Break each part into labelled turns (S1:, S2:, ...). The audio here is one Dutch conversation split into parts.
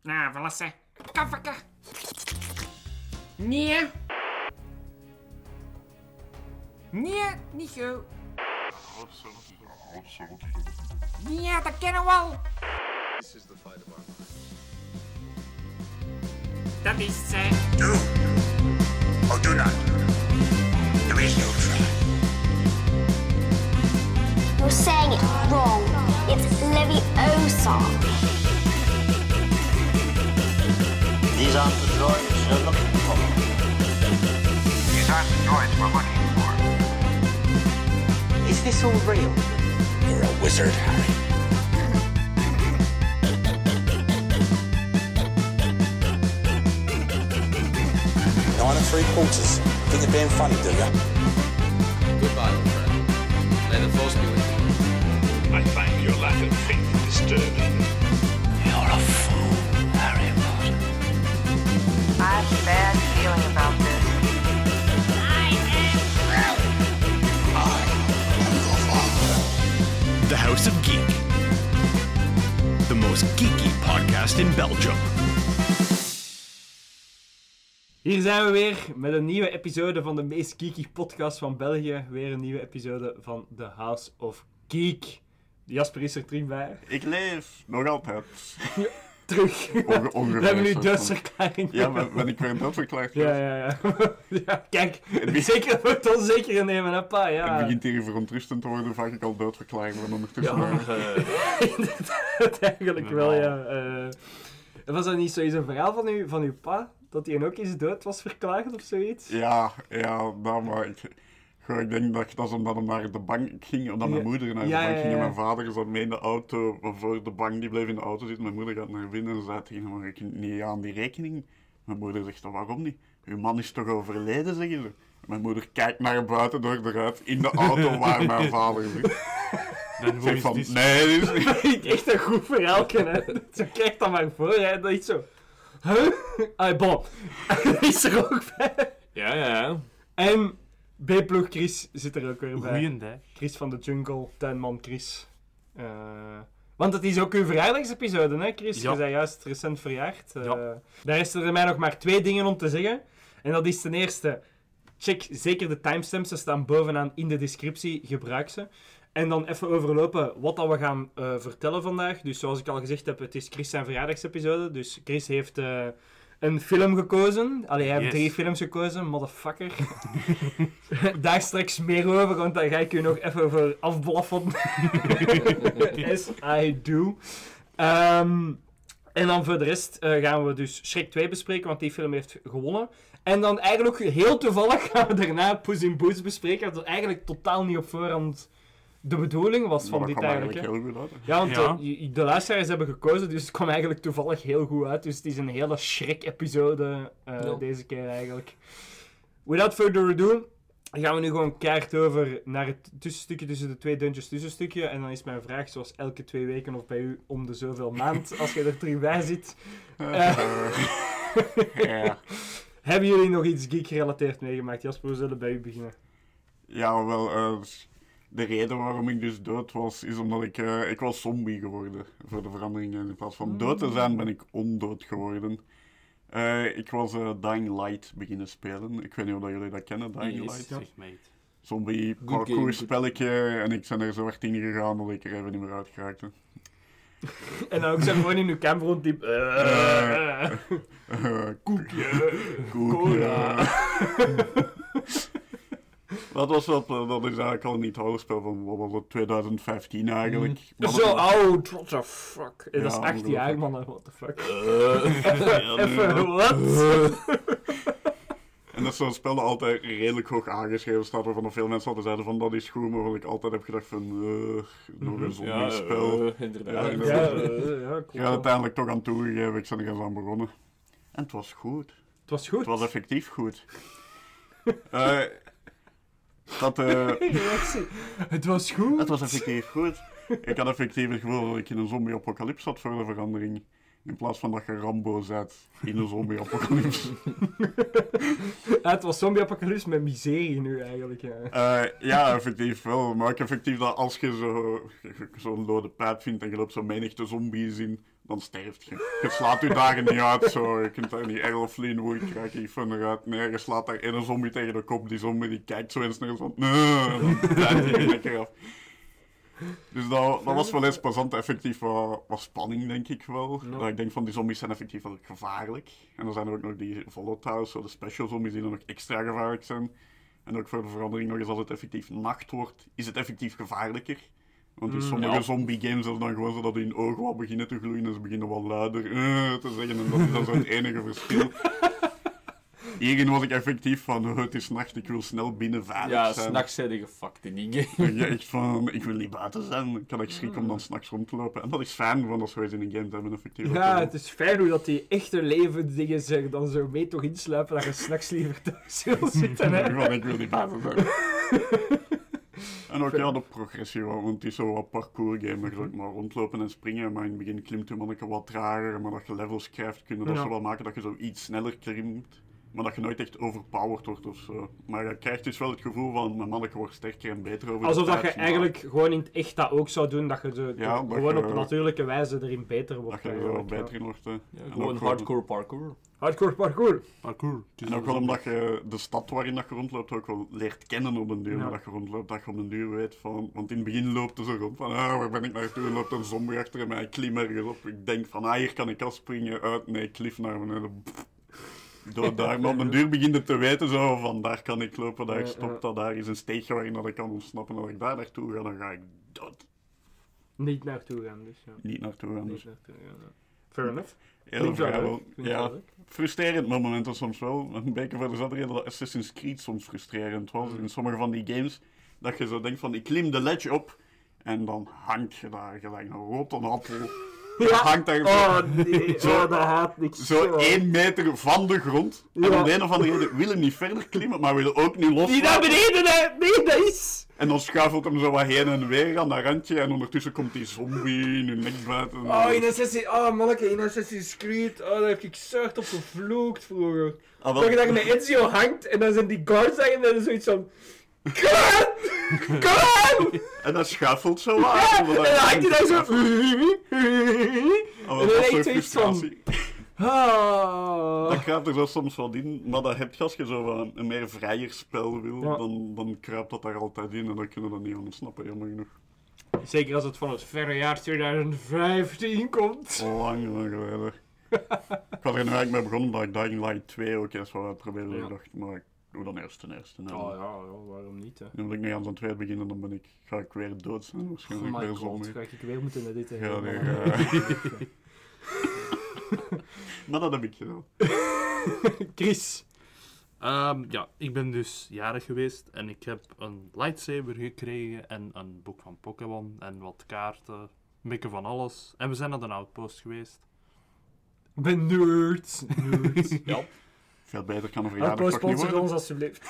S1: Nou, verlassen. Kaffakker. Nee. Nee, niet zo. Nee, dat kennen we al.
S2: This is the fight of our lives.
S1: Dat is
S3: Do or do not. There is no try.
S4: You're saying it wrong. It's Leviosa.
S5: These aren't the droids you're looking for.
S3: These aren't the droids we're looking for.
S6: Is this all real?
S3: You're a wizard, Harry.
S7: Nine and 3/4. Think you're being funny, do you?
S2: Goodbye, old friend. May the force be with you.
S3: I find your lack of faith disturbing.
S5: You're a fool, Harry Potter.
S8: I have a bad feeling about this.
S9: The House of Geek. The most geeky podcast in Belgium.
S10: Hier zijn we weer met een nieuwe episode van de meest geeky podcast van België. Weer een nieuwe episode van The House of Geek. Jasper is er terug bij.
S11: Ik leef, nog altijd.
S10: Terug.
S11: Ongeveer.
S10: We hebben nu doodsverklaring.
S11: Ja, ben ik weer doodverklaard?
S10: Ja. Ja, kijk, zeker voor het onzekere nemen, hè, pa. Ja.
S11: Het begint hier verontrustend te worden, vaak ik al doodverklaring ben ondertussen.
S10: Ja. Inderdaad, eigenlijk wel, ja. Was dat niet zoiets een verhaal van uw pa? Dat hij ook eens dood was verklaard of zoiets?
S11: Ja, nou, maar ik denk dat ze omdat hij naar de bank ging, omdat mijn moeder naar de bank ging en mijn vader zat mee in de auto voor de bank, die bleef in de auto zitten. Mijn moeder gaat naar binnen en zei tegen hem, maar ik kan niet aan die rekening. Mijn moeder zegt, waarom niet? Uw man is toch overleden, zeggen ze. Mijn moeder kijkt naar buiten door de ruit in de auto waar mijn vader zit. Zeg van, nee, dit is niet.
S10: Echt een goed verhaal, hè. Zo krijg dat maar voor, hè. Dat is zo... Huh? Ah, bon. Dat is er ook bij.
S12: Ja.
S10: En B-ploeg Chris zit er ook weer bij.
S12: Goeiedag.
S10: Chris van de Jungle, tuinman Chris. Want het is ook uw verjaardagsepisode, hè Chris?
S12: Ja.
S10: Je bent juist recent verjaard. Daar is er mij nog maar 2 dingen om te zeggen. En dat is ten eerste, check zeker de timestamps, ze staan bovenaan in de descriptie, gebruik ze. En dan even overlopen wat dat we gaan vertellen vandaag. Dus zoals ik al gezegd heb, het is Chris zijn verjaardagsepisode. Dus Chris heeft een film gekozen. Allee, hij heeft 3 films gekozen, motherfucker. Daar straks meer over, want daar ga ik u nog even over afblaffen. As I do. En dan voor de rest gaan we dus Shrek 2 bespreken, want die film heeft gewonnen. En dan eigenlijk heel toevallig gaan we daarna Puss in Boots bespreken, dat eigenlijk totaal niet op voorhand de bedoeling was van dit eigenlijk.
S11: Heel goed uit.
S10: Ja, want de luisteraars hebben gekozen, dus het kwam eigenlijk toevallig heel goed uit. Dus het is een hele Shrek-episode deze keer eigenlijk. Without further ado, gaan we nu gewoon keihard over naar het tussenstukje tussen de 2 deuntjes tussenstukje. En dan is mijn vraag, zoals elke 2 weken of bij u om de zoveel maand, als je er terug bij zit. Hebben jullie nog iets geek-gerelateerd meegemaakt? Jasper, we zullen bij u beginnen.
S11: Ja, wel... De reden waarom ik dus dood was, is omdat ik was zombie geworden, voor de verandering. In plaats van dood te zijn, ben ik ondood geworden. Ik was Dying Light beginnen spelen. Ik weet niet of jullie dat kennen, Dying Light.
S12: Zeg mij.
S11: Zombie parkour spelletje, en ik ben er zo hard in gegaan dat ik er even niet meer uit geraakte.
S10: En dan ook zo gewoon in uw kamer ronddiep.
S11: Koekje. Dat is eigenlijk al een niet ouder spel van, wat was het, 2015 eigenlijk.
S10: Zo oud, what the fuck. Dat is 8 jaar, man, what the fuck. Even, wat?
S11: En dat is zo'n spel dat altijd redelijk hoog aangeschreven staat, waarvan veel mensen altijd zeiden van, dat is goed, maar wat ik altijd heb gedacht van, nog een zombie-spel.
S12: Inderdaad.
S11: Ik ga uiteindelijk toch aan toegegeven, ik ben er eens aan begonnen. En het was goed.
S10: Het was goed?
S11: Het was effectief goed.
S10: Het was goed?
S11: Het was effectief goed. Ik had effectief het gevoel dat ik in een zombie-apocalypse zat voor de verandering. In plaats van dat je Rambo zet in een zombie-apocalypse.
S10: Het was zombie-apocalypse met miserie nu eigenlijk.
S11: Ja, effectief wel. Maar ik effectief dat als je zo'n lode pijp vindt en je loopt zo menigte zombies in, dan sterft je. Je slaat je dagen niet uit, zo. Je kunt daar niet Errol Wood krijg je van eruit. Nee, je slaat daar een zombie tegen de kop. Die zombie die kijkt zo eens naar je van... Nee, en dan blijf je lekker af. Dus dat was wel eens plezant. Effectief wat spanning, denk ik wel. Dat ik denk van, die zombies zijn effectief wel gevaarlijk. En dan zijn er ook nog die volatiles, zo de special zombies die dan nog extra gevaarlijk zijn. En ook voor de verandering nog eens, als het effectief nacht wordt, is het effectief gevaarlijker. Want in sommige zombie-games is het dan gewoon zo dat hun ogen wel beginnen te gloeien en ze beginnen wel luider te zeggen. En dat is dan zo het enige verschil. Hierin was ik effectief van, het is nacht, ik wil snel binnen veilig zijn.
S6: Ja, s'nachts zijn je gefucked in die game.
S11: Ja, echt van, ik wil niet buiten zijn. Ik kan echt schrikken om dan s'nachts rond te lopen. En dat is fijn, want dat is in een game te hebben, effectief.
S10: Ja, het is fijn hoe dat die echte levensdingen zich dan zo mee toch insluipen dat je s'nachts liever thuis wil zitten, hè.
S11: Ik wil niet buiten zijn. En ook de progressie, want het is zo wat parcours-game. Je kunt maar rondlopen en springen, maar in het begin klimt je manneke wat trager. Maar dat je levels krijgt, kunnen dat zo wel maken dat je zo iets sneller klimt. Maar dat je nooit echt overpowered wordt of zo. Maar je krijgt dus wel het gevoel van, mijn manneke wordt sterker en beter over
S10: alsof
S11: de tijd.
S10: Dat je eigenlijk gewoon in het echt dat ook zou doen, dat je gewoon op natuurlijke wijze erin beter wordt.
S11: Dat je er wel beter in wordt.
S6: Gewoon hardcore parkour.
S10: Hardcore parkour.
S11: En ook wel omdat je de stad waarin dat je rondloopt ook wel leert kennen op den duur. Ja. Dat je rondloopt, dat je op den duur weet van... Want in het begin loopt er zo rond van, waar ben ik naartoe? Er loopt een zombie achter mij, ik klim ergens op. Ik denk van, hier kan ik afspringen, uit, nee, klif naar beneden. Daar, maar op den duur begint het te weten zo van, daar kan ik lopen, daar stopt dat, daar is een steegje waarin dat ik kan ontsnappen. En als ik daar naartoe ga, dan ga ik dood.
S10: Niet naartoe gaan, dus ja.
S11: Niet naartoe gaan, dus.
S10: Fair enough.
S11: Heel vrijwel. Ja, frustrerend met momenten soms wel. Een beetje voor dezelfde reden dat Assassin's Creed soms frustrerend was. In sommige van die games, dat je zo denkt van, ik klim de ledge op en dan hangt je daar gelijk een rotte appel. Ja. Hangt daar
S10: dat haat ik
S11: zo 1 meter van de grond. Ja. En om de een of andere reden willen niet verder klimmen, maar willen ook niet loslaten.
S10: Die naar beneden, hè! Nee, dat is...
S11: En dan schuifelt hem zo wat heen en weer aan dat randje en ondertussen komt die zombie in hun nek buiten.
S10: In Assassin's Creed, daar heb ik zucht op gevloekt vroeger. Dat je daar met Ezio hangt en dan zijn die guards daar en dan is zoiets van... Kom!
S11: En dat schuifelt zo aan.
S10: Ja, en dan hangt hij daar zo...
S11: En dan heeft zoiets van...
S10: Dat
S11: kruipt er zo soms wat in, maar dat heb je als je zo een meer vrijer spel wil, dan kruipt dat daar altijd in en dan kunnen we dat niet ontsnappen, jammer genoeg.
S10: Zeker als het van het verre jaar 2015 komt.
S11: Lang geleden. Ik was er nu eigenlijk mee begonnen omdat ik Dying Light 2 ook eens wel uitprobeerde. Ik dacht, maar ik doe dan eerst ten eerste.
S10: Waarom niet, hè?
S11: Nu moet ik nu aan zo'n 2 beginnen, dan ga ik weer dood zijn. Waarschijnlijk weer zonder.
S10: Ga ik weer moeten editen.
S11: Ja, maar dat heb ik gedaan.
S10: Chris.
S12: Ik ben dus jarig geweest en ik heb een lightsaber gekregen en een boek van Pokémon en wat kaarten, een beetje van alles. En we zijn naar de Outpost geweest.
S10: Ik ben nerd.
S11: Ja. Veel beter kan een verjaardag
S10: toch niet worden.
S11: Sponsor
S10: ons alsjeblieft.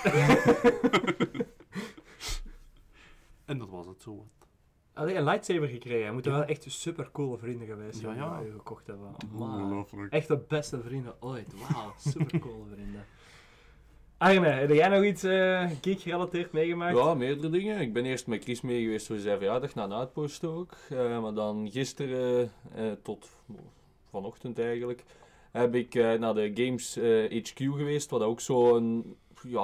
S12: En dat was het zo wat.
S10: Allee, een lightsaber gekregen. Je moet wel echt super coole vrienden geweest zijn die je gekocht hebben. Echt de beste vrienden ooit. Wauw, super coole vrienden. Arne, heb jij nog iets geek-gerelateerd meegemaakt?
S6: Ja, meerdere dingen. Ik ben eerst met Chris mee geweest voor zijn verjaardag naar een Outpost ook. Maar dan gisteren tot vanochtend eigenlijk heb ik naar de Games HQ geweest, wat ook zo'n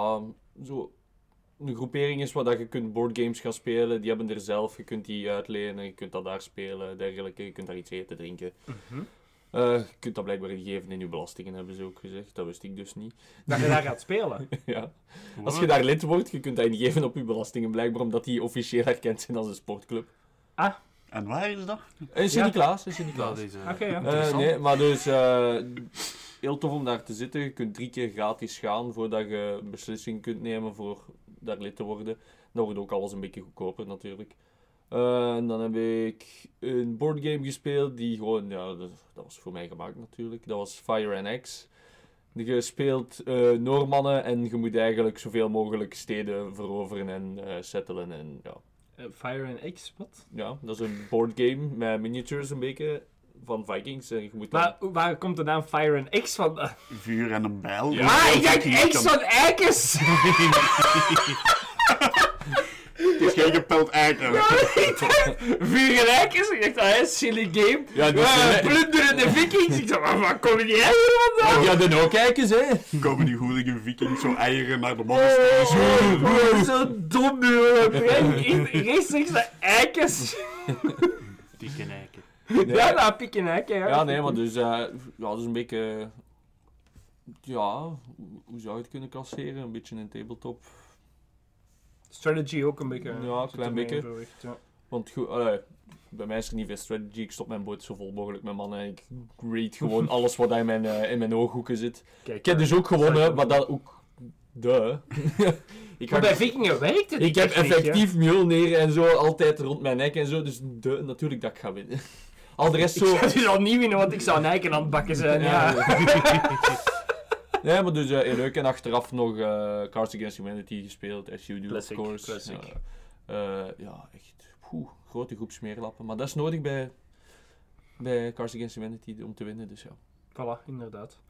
S6: een groepering is waar dat je kunt boardgames gaan spelen. Die hebben er zelf, je kunt die uitlenen, je kunt dat daar spelen, dergelijke. Je kunt daar iets eten, drinken. Je kunt dat blijkbaar gegeven in je belastingen, hebben ze ook gezegd. Dat wist ik dus niet.
S10: Dat je daar gaat spelen?
S6: Ja. Als je daar lid wordt, je kunt dat ingeven op je belastingen, blijkbaar omdat die officieel erkend zijn als een sportclub.
S10: Ah.
S11: En waar is dat?
S6: In Sint-Niklaas.
S10: Oké.
S6: Maar dus heel tof om daar te zitten. Je kunt 3 keer gratis gaan voordat je een beslissing kunt nemen voor daar lid te worden. Dan wordt ook alles een beetje goedkoper natuurlijk. En dan heb ik een boardgame gespeeld die gewoon, dat was voor mij gemaakt natuurlijk. Dat was Fire and X. Je speelt Noormannen en je moet eigenlijk zoveel mogelijk steden veroveren en settelen en ja.
S10: Fire and X, wat?
S6: Ja, dat is een boardgame met miniatures een beetje van Vikings. En je moet
S10: maar waar komt de naam Fire and X van?
S11: Vuur en een bijl.
S10: Ja. Ah, ik denk X van Eikens!
S11: Het is geen gepeld eiken.
S10: Vuur en eikens. Ik dacht, dat silly game.
S6: Ja,
S10: Plunderen de vikings. Ik dacht, waar komen die eieren vandaan?
S6: Ja, dan ook kijkers, hè.
S11: Komen die hooligan vikings zo eieren naar de monasteries.
S10: Zo dom nu. Rechtstreeks naar eikens.
S12: Dikke eiken.
S6: Nee.
S10: Ja, nou, pik en eiken.
S6: Ja, nee, maar dus... ja, dat is een beetje... ja, hoe zou je het kunnen klasseren? Een beetje een tabletop.
S10: Strategy ook een beetje.
S6: Ja, een klein beetje.
S10: Ja.
S6: Want goed, bij mij is er niet veel strategy. Ik stop mijn boot zo vol mogelijk met mannen en ik read gewoon alles wat in mijn ooghoeken zit.
S10: Kijk,
S6: ik heb dus ook gewonnen, maar dat ook...
S10: Maar bij vikingen werkt het
S6: ik heb
S10: echt niet,
S6: effectief Mjolnir en zo altijd rond mijn nek en zo, dus natuurlijk dat ik ga winnen. Al de rest zo...
S10: Ik zou al niet winnen, want ik zou een eiken aan het bakken zijn, ja.
S6: Nee, maar dus heel leuk. En achteraf nog Cards Against Humanity gespeeld, as you do,
S10: classic,
S6: of course.
S10: Classic.
S6: Ja, echt. Grote groep smeerlappen. Maar dat is nodig bij Cards Against Humanity om te winnen, dus ja.
S10: Voilà, inderdaad.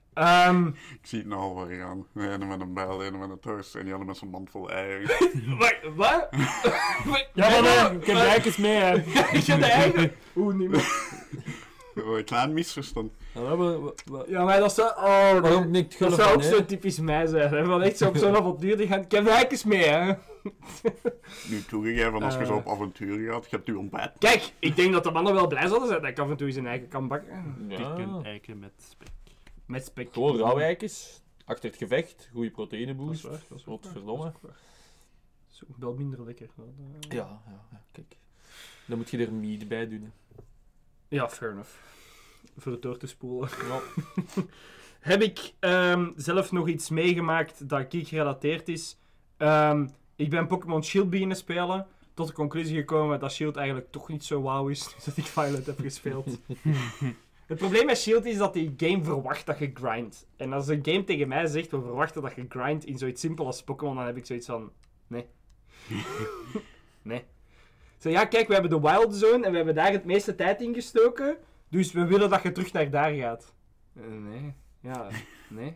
S11: Ik zie het nou al waar gaan. De ene met een bijl, de ene met een tors en die andere met zijn mand vol eieren.
S10: Wat?
S6: Ja, maar ik heb de eikens mee, hè.
S10: Ik heb de eigen... Oeh, niet meer.
S11: Een klein misverstand.
S10: Ja, maar dat zou... Oh,
S6: waarom niet
S10: dat zou ook zo typisch mij zijn, hè. Van echt zo op zo'n avontuur die gaan... Ik heb de eikens mee, hè.
S11: Nu toegegeven, als je zo op avontuur gaat, je hebt je ontbijt.
S10: Kijk, ik denk dat de mannen wel blij zouden zijn dat ik af en toe eens een eiken kan bakken.
S12: Dikke eiken met spek.
S10: Met spek.
S6: Gewoon rauwe eikens. Achter het gevecht. Goede proteïneboost.
S10: Dat is waar.
S6: Godverdomme.
S10: Dat is ook wel minder lekker.
S6: Ja, kijk. Dan moet je er meat bij doen, hè.
S10: Ja, fair enough. Voor het door te spoelen. Ja. Heb ik zelf nog iets meegemaakt dat geek gerelateerd is? Ik ben Pokémon Shield beginnen spelen. Tot de conclusie gekomen dat Shield eigenlijk toch niet zo wauw is. Dus dat ik Violet heb gespeeld. Het probleem met Shield is dat die game verwacht dat je grindt. En als een game tegen mij zegt, we verwachten dat je grindt in zoiets simpel als Pokémon, dan heb ik zoiets van... Nee. Nee. Zo, ja, kijk, we hebben de Wild Zone en we hebben daar het meeste tijd in gestoken. Dus we willen dat je terug naar daar gaat. Nee. Ja, nee.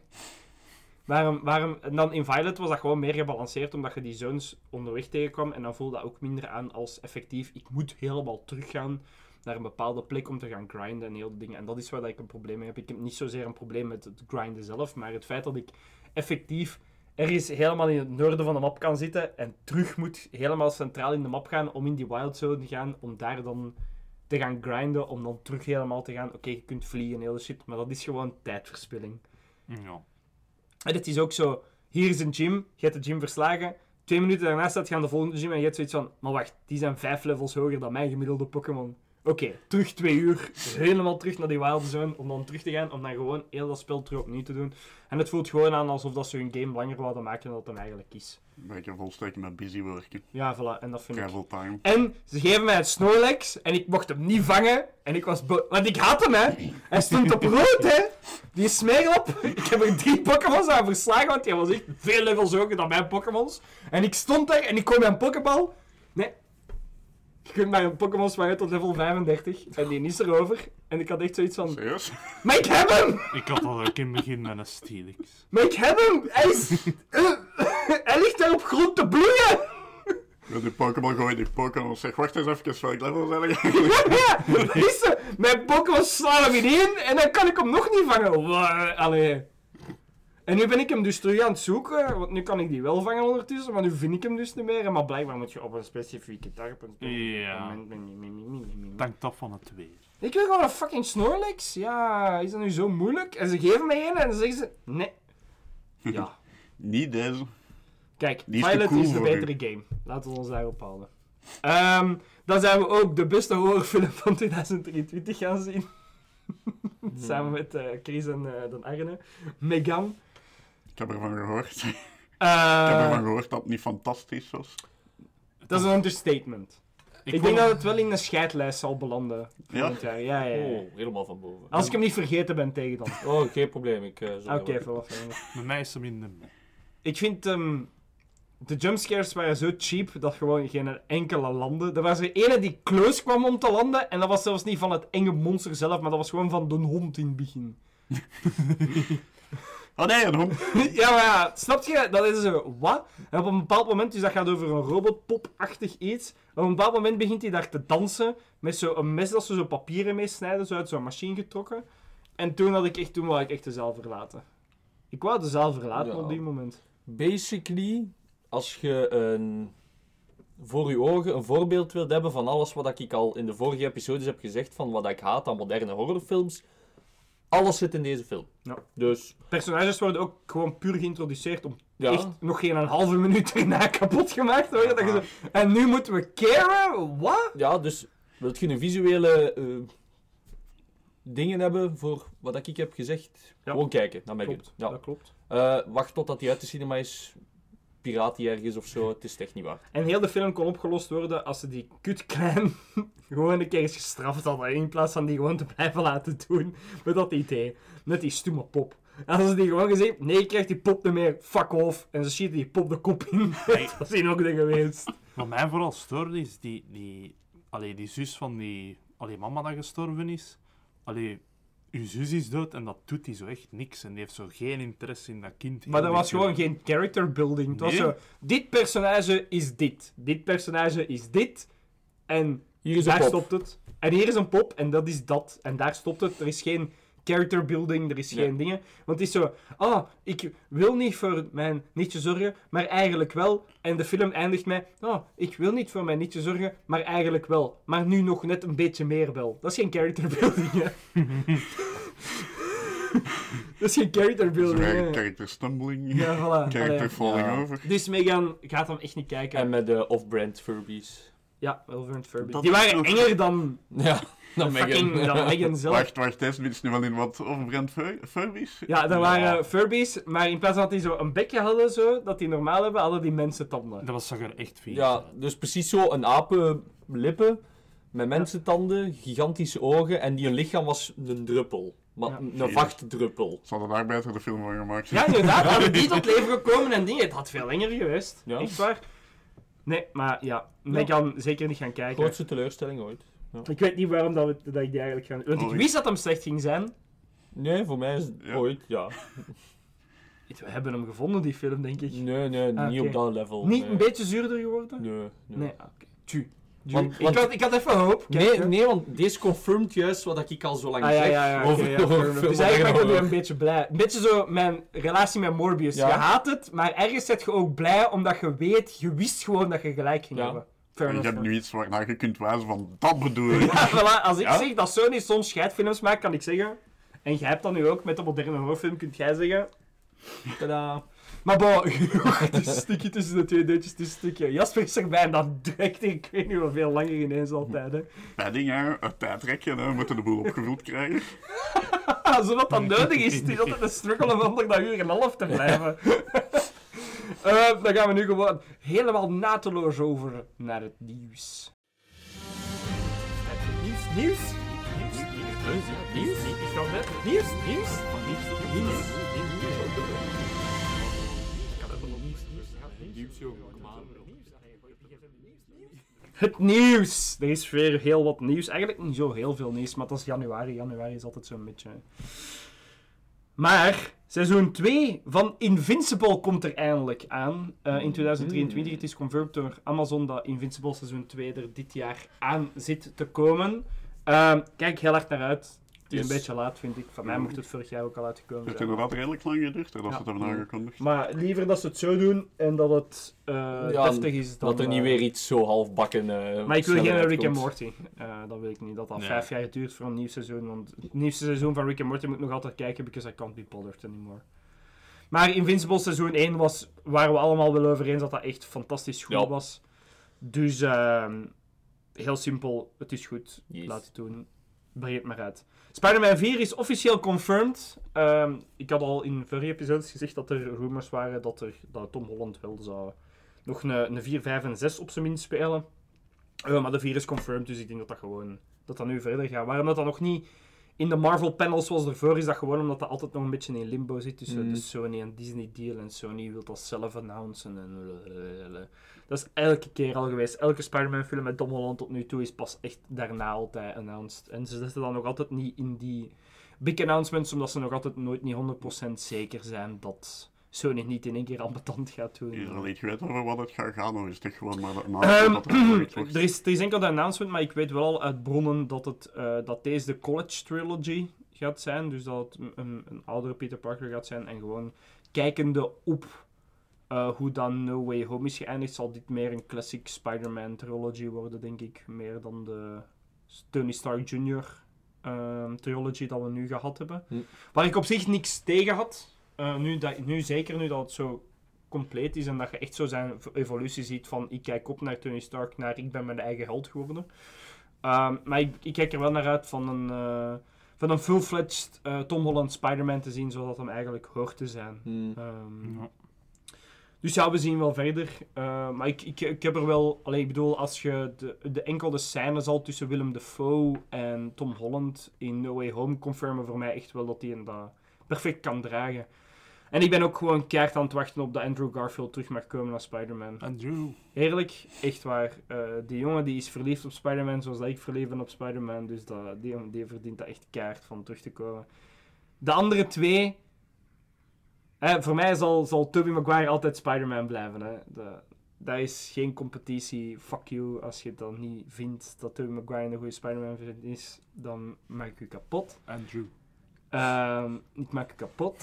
S10: Waarom... En dan in Violet was dat gewoon meer gebalanceerd, omdat je die zones onderweg tegenkwam. En dan voelde dat ook minder aan als effectief, ik moet helemaal teruggaan naar een bepaalde plek om te gaan grinden en heel die dingen. En dat is waar ik een probleem mee heb. Ik heb niet zozeer een probleem met het grinden zelf, maar het feit dat ik effectief ergens helemaal in het noorden van de map kan zitten en terug moet helemaal centraal in de map gaan om in die wild zone te gaan, om daar dan te gaan grinden, om dan terug helemaal te gaan. Oké, je kunt vliegen en hele shit, maar dat is gewoon tijdverspilling.
S12: Ja.
S10: En het is ook zo, hier is een gym, je hebt de gym verslagen, 2 minuten daarna staat je aan de volgende gym en je hebt zoiets van, maar wacht, die zijn 5 levels hoger dan mijn gemiddelde Pokémon. Oké, terug 2 uur, helemaal terug naar die wild zone, om dan terug te gaan, om dan gewoon heel dat spel terug opnieuw te doen. En het voelt gewoon aan alsof dat ze hun game langer wilden maken dan dat het eigenlijk is.
S11: Een beetje volsteken met busy worken.
S10: Ja, voilà, en dat vind ik.
S11: Travel time.
S10: En ze geven mij het Snorlax en ik mocht hem niet vangen. En ik was want ik had hem, hè. Hij stond op rood, hè. Die smeerlap. Ik heb er 3 Pokémons aan verslagen, want die was echt veel levels hoger dan mijn Pokémons. En ik stond daar en ik kon mijn Pokébal. Nee. Je kunt maar een Pokémon spangen tot level 35. En die is erover. En ik had echt zoiets van...
S11: Serieus?
S10: Maar ik heb hem!
S12: Ik had al ook in het begin met een Steelix.
S10: Maar ik heb hem! Hij is... hij ligt daar op grond te bloeien!
S11: Ja, die Pokémon gooit die Pokémon. Zeg, wacht eens even, welk level zijn er?
S10: Ja, dat is zo. Mijn Pokémon slaan hem in en dan kan ik hem nog niet vangen. Allee. En nu ben ik hem dus terug aan het zoeken, want nu kan ik die wel vangen ondertussen, maar nu vind ik hem dus niet meer. Maar blijkbaar moet je op een specifieke dag op een
S12: Ja. Het hangt af van het weer.
S10: Ik wil gewoon een fucking Snorlax. Ja, is dat nu zo moeilijk? En ze geven mij een en dan zeggen ze... Nee. Ja.
S11: Niet deze.
S10: Kijk,
S11: Die is
S10: Violet
S11: te cool
S10: is de
S11: voor
S10: betere game. Laten we ons daarop houden. Dan zijn we ook de beste horrorfilm van 2023 gaan zien. Samen met Chris en dan Arne. Megan.
S11: Ik heb ervan gehoord. Ik heb ervan gehoord dat het niet fantastisch was.
S10: Dat is een understatement. Ik denk dat het wel in een scheidlijst zal belanden.
S11: Ja?
S10: Jaar. Ja.
S6: Oh, helemaal van boven.
S10: Als ik hem niet vergeten ben tegen dan.
S6: Oh, geen probleem.
S10: Oké, voilà.
S12: Bij mij is hem in de...
S10: Ik vind... de jumpscares waren zo cheap dat gewoon geen enkele landde. Er was er ene die close kwam om te landen. En dat was zelfs niet van het enge monster zelf, maar dat was gewoon van de hond in het begin.
S11: Oh nee, een hond.
S10: Ja, maar ja, snap je? Dat is zo, wat? En op een bepaald moment, dus dat gaat over een robotpop-achtig iets. Op een bepaald moment begint hij daar te dansen met zo'n mes dat ze zo papieren mee snijden, zo uit zo'n machine getrokken. En toen wou ik echt de zaal verlaten. Ik wou de zaal verlaten op die moment.
S6: Basically, als je voor je ogen een voorbeeld wilt hebben van alles wat ik al in de vorige episodes heb gezegd van wat ik haat aan moderne horrorfilms, alles zit in deze film.
S10: Ja.
S6: Dus
S10: personages worden ook gewoon puur geïntroduceerd om echt nog geen een halve minuut erna kapot gemaakt te worden. Dat je zo, en nu moeten we caren? Wat?
S6: Ja, dus wilt je een visuele dingen hebben voor wat ik heb gezegd? Ja. Gewoon kijken naar Megan.
S10: Klopt, ja. Dat klopt.
S6: Wacht totdat hij uit de cinema is. Piraat die ergens of zo, het is echt niet waar.
S10: En heel de film kon opgelost worden als ze die kutklein gewoon een keer eens gestraft hadden, in plaats van die gewoon te blijven laten doen met dat idee. Met die stomme pop. En als ze die gewoon gezegd, nee, je krijgt die pop niet meer, fuck off. En ze schieten die pop de kop in. Dat was hier ook niet geweest.
S12: Wat mij vooral stoorde is die zus van die mama dat gestorven is. Uw zus is dood en dat doet hij zo echt niks. En die heeft zo geen interesse in dat kind.
S10: Maar er was gewoon geen character building. Het was zo, dit personage is dit. Dit personage is dit. En
S6: hier is
S10: daar stopt het. En hier is een pop en dat is dat. En daar stopt het. Er is geen character building, er is geen dingen. Want het is zo, ik wil niet voor mijn nichtje zorgen, maar eigenlijk wel. En de film eindigt met, ik wil niet voor mijn nichtje zorgen, maar eigenlijk wel. Maar nu nog net een beetje meer wel. Dat is geen character building, hè. Dat is geen character building.
S11: Character stumbling.
S10: Ja, voilà.
S11: Character falling over.
S10: Dus Megan gaat hem echt niet kijken.
S6: En met de off-brand Furbies.
S10: Ja, off-brand Furbies. Die waren enger dan...
S6: Ja. Dan
S10: Megan zelf.
S11: Wacht, deze is nu wel in wat off-brand Furbies?
S10: Ja, er waren Furbies, maar in plaats van dat die zo een bekje hadden, zo, dat die normaal hebben, hadden die mensentanden.
S12: Dat zag er echt vies.
S6: Ja, dus precies zo een apenlippen met mensentanden, gigantische ogen en die een lichaam was een druppel. Maar een vachtdruppel.
S11: Ze hadden daar beter de film van gemaakt.
S10: Ja, inderdaad. Hadden die tot leven gekomen en dingen. Het had veel langer geweest. Ja. Echt waar. Nee, maar ja. Megan zeker niet gaan kijken.
S6: Grootste teleurstelling ooit. Ja.
S10: Ik weet niet waarom dat ik die eigenlijk ga... Want ik wist dat hem slecht ging zijn.
S6: Nee, voor mij is het ooit, ja.
S10: We hebben hem gevonden, die film, denk ik.
S6: Nee, niet op dat level.
S10: Niet een beetje zuurder geworden?
S6: Nee.
S10: Oké.
S6: Want,
S10: ik had even hoop.
S6: Nee, want deze confirmt juist wat ik al zo lang zeg.
S10: Dus eigenlijk ben ik nu een beetje blij. Een beetje zo mijn relatie met Morbius. Ja. Je haat het, maar ergens zit je ook blij omdat je wist gewoon dat je gelijk ging hebben.
S11: Je hebt nu iets waarnaar je kunt wijzen van, dat bedoel ik.
S10: Ja, voilà. Als ik zeg dat Sony soms scheidfilms maakt, kan ik zeggen... En jij hebt dat nu ook met de moderne horrorfilm, kunt jij zeggen... Tadaa. Maar bon, het is een stukje tussen de twee deurtjes, het is een stukje. Jasper is erbij en dat direct, ik weet niet hoeveel langer ineens altijd, hè.
S11: Padding, een tijdrekje, we moeten de boel opgevuld krijgen.
S10: Zodat dat nodig is, het is altijd een struggle om onder dat uur en een half te blijven. Dan gaan we nu gewoon helemaal nateloos over naar het nieuws. Nieuws? Het nieuws! Er is weer heel wat nieuws. Eigenlijk niet zo heel veel nieuws, maar dat is januari. Januari is altijd zo'n beetje... Maar seizoen 2 van Invincible komt er eindelijk aan. In 2023. Het is confirmed door Amazon dat Invincible seizoen 2 er dit jaar aan zit te komen. Kijk heel hard naar uit. Het is een beetje laat, vind ik. Van mij mocht het vorig jaar ook al uitgekomen zijn.
S11: Het heeft inderdaad redelijk lang geduurd, dat ze het hebben aangekondigd.
S10: Maar liever dat ze het zo doen en dat het deftig is dan...
S6: Dat er niet weer iets zo halfbakken...
S10: maar ik wil geen Rick and Morty. Dat wil ik niet. Dat 5 jaar duurt voor een nieuw seizoen. Want het nieuwste seizoen van Rick and Morty moet ik nog altijd kijken, because I can't be bothered anymore. Maar Invincible seizoen 1 waren we allemaal wel over eens dat dat echt fantastisch goed was. Dus heel simpel, het is goed. Yes. Laat het doen. Breng het maar uit. Spider-Man 4 is officieel confirmed. Ik had al in vorige episodes gezegd dat er rumors waren dat Tom Holland wel zou nog een 4, 5 en 6 op zijn minst spelen. Maar de 4 is confirmed, dus ik denk dat dat nu verder gaat. Waarom dat nog niet in de Marvel panels zoals ervoor is, dat gewoon omdat dat altijd nog een beetje in limbo zit tussen de Sony en Disney deal. En Sony wil dat zelf announcen. Dat is elke keer al geweest. Elke Spider-Man film met Tom Holland tot nu toe is pas echt daarna altijd announced. En ze zetten dat nog altijd niet in die big announcements, omdat ze nog altijd nooit niet 100% zeker zijn dat Sony niet in één keer ambetant gaat doen.
S11: Is er al iets geweten over wat het gaat gaan, of is het echt gewoon maar de announcement dat er project wordt?
S10: Er is enkel de announcement, maar ik weet wel al uit bronnen dat deze de College Trilogy gaat zijn, dus dat het een oudere Peter Parker gaat zijn, en gewoon kijkende op hoe dan No Way Home is geëindigd, zal dit meer een classic Spider-Man trilogy worden, denk ik, meer dan de Tony Stark Jr. Trilogy dat we nu gehad hebben. Waar ik op zich niks tegen had. Nu zeker nu dat het zo compleet is en dat je echt zo zijn evolutie ziet van ik kijk op naar Tony Stark, naar ik ben mijn eigen held geworden. Maar ik kijk er wel naar uit van een full-fledged Tom Holland Spider-Man te zien, zoals dat hem eigenlijk hoort te zijn. Dus ja, we zien wel verder. Maar ik heb er wel... ik bedoel, als je de enkele scènes al tussen Willem Dafoe en Tom Holland in No Way Home confirmen voor mij echt wel dat hij dat perfect kan dragen. En ik ben ook gewoon keihard aan het wachten op dat Andrew Garfield terug mag komen als Spider-Man.
S12: Andrew.
S10: Eerlijk, echt waar. Die jongen die is verliefd op Spider-Man zoals dat ik verliefd ben op Spider-Man. Dus die verdient dat echt keihard van terug te komen. De andere twee... voor mij zal Tobey Maguire altijd Spider-Man blijven. Hè. Dat is geen competitie. Fuck you. Als je dan niet vindt dat Tobey Maguire een goede Spider-Man is, dan maak ik u kapot.
S12: Andrew.
S10: Ik maak u kapot.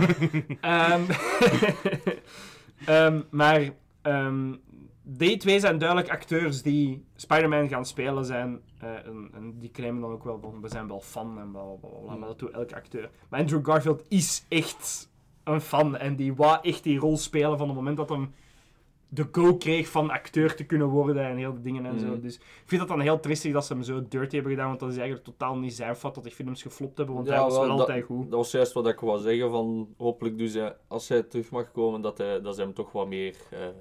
S10: Maar die twee zijn duidelijk acteurs die Spider-Man gaan spelen zijn. En die claimen dan ook wel van, we zijn wel fan en blablabla. Maar dat doet elke acteur. Maar Andrew Garfield is echt een fan. En die wou echt die rol spelen van het moment dat hem de go kreeg van acteur te kunnen worden en heel de dingen en zo. Dus ik vind dat dan heel tristig dat ze hem zo dirty hebben gedaan, want dat is eigenlijk totaal niet zijn fout dat die films geflopt hebben, want hij was wel altijd goed.
S6: Dat was juist wat ik wou zeggen, van hopelijk dus als hij terug mag komen, dat ze hem toch wat meer...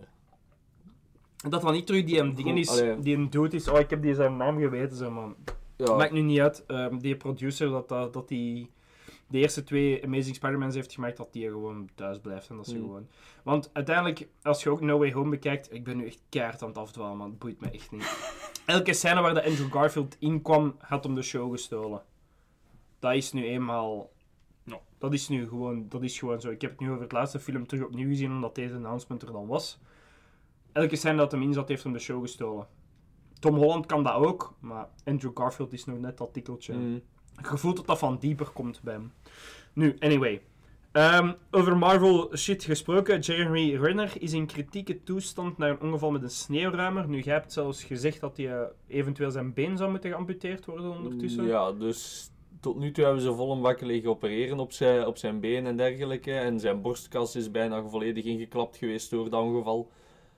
S10: Dat dan niet terug die hem dingen is, die hem doet is, ik heb die zijn naam geweten, zeg maar. Ja. Maakt nu niet uit. Die producer, dat die de eerste 2 Amazing Spider-Mans heeft gemaakt, dat die gewoon thuis blijft. En dat ze gewoon... Want uiteindelijk, als je ook No Way Home bekijkt, ik ben nu echt keihard aan het afdwalen, maar het boeit me echt niet. Elke scène waar de Andrew Garfield in kwam, had hem de show gestolen. Dat is nu eenmaal... No. Dat is gewoon zo. Ik heb het nu over het laatste film terug opnieuw gezien, omdat deze announcement er dan was. Elke scène dat hem in zat, heeft hem de show gestolen. Tom Holland kan dat ook, maar Andrew Garfield is nog net dat tikkeltje. Je voelt dat dat van dieper komt bij hem. Nu, anyway. Over Marvel shit gesproken. Jeremy Renner is in kritieke toestand na een ongeval met een sneeuwruimer. Nu, jij hebt zelfs gezegd dat hij eventueel zijn been zou moeten geamputeerd worden ondertussen.
S6: Ja, dus tot nu toe hebben ze vol een bakken liggen opereren op zijn been en dergelijke. En zijn borstkas is bijna volledig ingeklapt geweest door dat ongeval.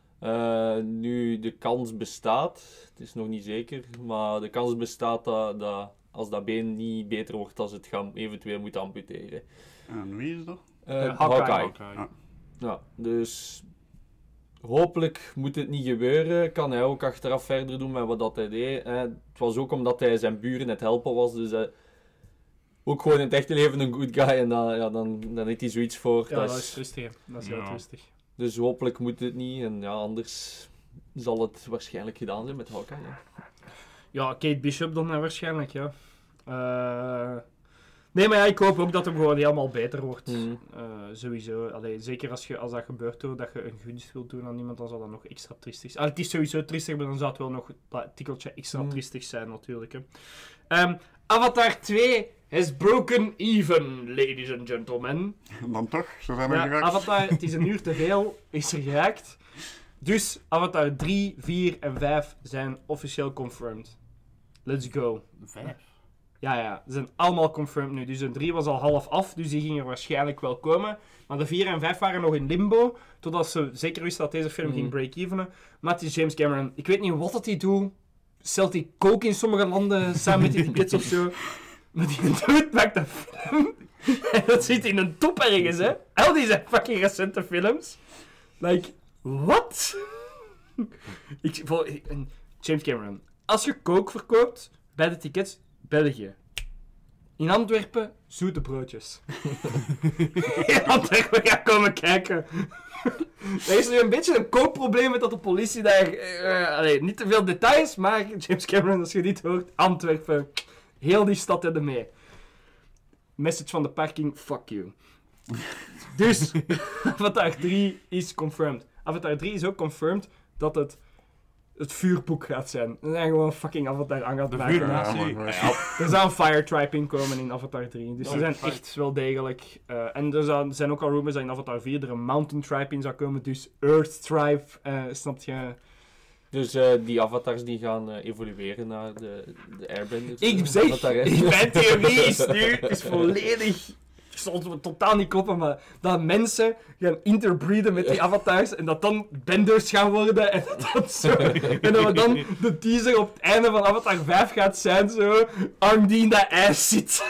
S6: Nu, de kans bestaat, het is nog niet zeker, maar de kans bestaat dat als dat been niet beter wordt, als het gaan eventueel moet amputeren.
S11: En wie is dat?
S6: Hawkeye. Ja, dus hopelijk moet het niet gebeuren. Kan hij ook achteraf verder doen met wat dat hij deed. Het was ook omdat hij zijn buren het helpen was, dus ook gewoon in het echte leven een good guy. En dan heeft hij zoiets voor.
S10: Ja, dat is rustig. Dat is heel rustig.
S6: Dus hopelijk moet het niet. En ja, anders zal het waarschijnlijk gedaan zijn met Hawkeye.
S10: Ja, Kate Bishop dan waarschijnlijk, ja. Nee, maar ja, ik hoop ook dat hem gewoon helemaal beter wordt. Sowieso. Allee, zeker als dat gebeurt doordat je een gunst wilt doen aan iemand, dan zal dat nog extra triestig zijn. Het is sowieso triestig, maar dan zou het wel nog dat tikkeltje extra triestig zijn, natuurlijk. Hè. Avatar 2 has broken even, ladies and gentlemen.
S11: Dan toch, zo zijn we geraakt.
S10: Avatar, het is een uur te veel, is er geraakt. Dus Avatar 3, 4 en 5 zijn officieel confirmed. Let's go.
S12: 5?
S10: Ja, ze zijn allemaal confirmed nu. Dus de 3 was al half af, dus die gingen waarschijnlijk wel komen. Maar de 4 en 5 waren nog in limbo, totdat ze zeker wisten dat deze film ging break-evenen. Maar het is James Cameron. Ik weet niet wat dat hij doet. Stelt hij coke in sommige landen samen met die kids of zo. Maar die doet maakt een film. En dat zit in een top ergens, hè. Al die zijn fucking recente films. Like, what? James Cameron. Als je coke verkoopt bij de tickets, België. In Antwerpen, zoete broodjes. In Antwerpen, ga komen kijken. Er is nu een beetje een koopprobleem met dat de politie daar... niet te veel details, maar James Cameron, als je dit hoort, Antwerpen, heel die stad hebben mee. Message van de parking, fuck you. Dus, Avatar 3 is confirmed. Avatar 3 is ook confirmed dat het vuurboek gaat zijn. Dat zijn gewoon fucking Avatar aan gaat maken. Er zou een Fire Tribe in komen in Avatar 3. Dus ze zijn echt wel degelijk. En er zijn ook al rumors dat in Avatar 4 er een Mountain Tribe in zou komen. Dus Earth Tribe, snap je?
S6: Dus die avatars die gaan evolueren naar de Airbenders.
S10: Ik zeg, mijn theorie is nu is volledig... Ik zal het totaal niet kloppen, maar dat mensen gaan interbreeden met die avatars en dat dan benders gaan worden en dat zo. En dat we dan de teaser op het einde van Avatar 5 gaat zijn zo... Arm die in dat ijs zit.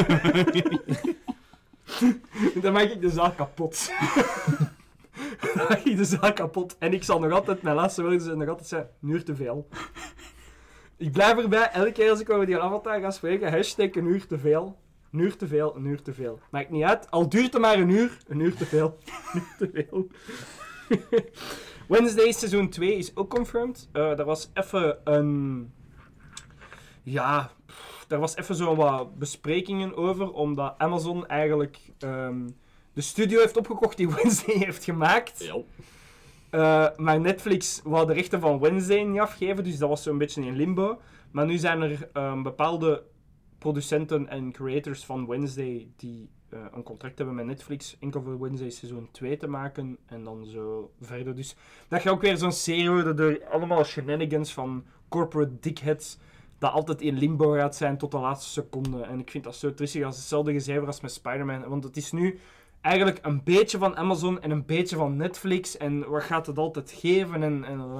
S10: Dan maak ik de zaal kapot. Dan maak ik de zaal kapot. En ik zal nog altijd, mijn laatste woorden zijn nog altijd zijn, een uur te veel. Ik blijf erbij, elke keer als ik over die Avatar ga spreken, hashtag een uur te veel. Een uur te veel, een uur te veel. Maakt niet uit, al duurt het maar een uur te veel. Een uur te veel. Wednesday seizoen 2 is ook confirmed. Daar was even een... Ja, daar was even zo wat besprekingen over, omdat Amazon eigenlijk de studio heeft opgekocht die Wednesday heeft gemaakt.
S6: Ja.
S10: Maar Netflix wou de rechten van Wednesday niet afgeven, dus dat was zo'n beetje in limbo. Maar nu zijn er bepaalde producenten en creators van Wednesday die een contract hebben met Netflix enkel voor Wednesday seizoen 2 te maken en dan zo verder. Dus dat gaat ook weer zo'n serie worden door allemaal shenanigans van corporate dickheads dat altijd in limbo gaat zijn tot de laatste seconde. En ik vind dat zo triestig als hetzelfde gezever als met Spider-Man. Want het is nu eigenlijk een beetje van Amazon en een beetje van Netflix. En wat gaat het altijd geven?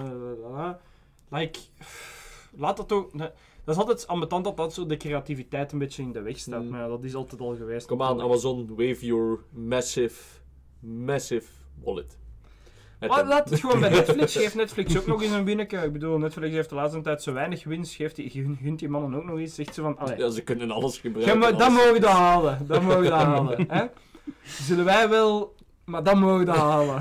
S10: Laat dat ook... Dat is altijd ambetant dat zo de creativiteit een beetje in de weg staat. Maar ja, dat is altijd al geweest.
S6: Kom aan, Amazon, wave your massive wallet.
S10: Laat het gewoon bij Netflix. Geeft Netflix ook nog eens een binnenke. Ik bedoel, Netflix heeft de laatste tijd zo weinig winst. Gunt die mannen ook nog iets. Zegt ze van... Allee.
S6: Ja, ze kunnen alles gebruiken.
S10: Ja, dat mogen we halen. Dat mogen we halen. Hè? Zullen wij wel... Maar dat mogen we halen.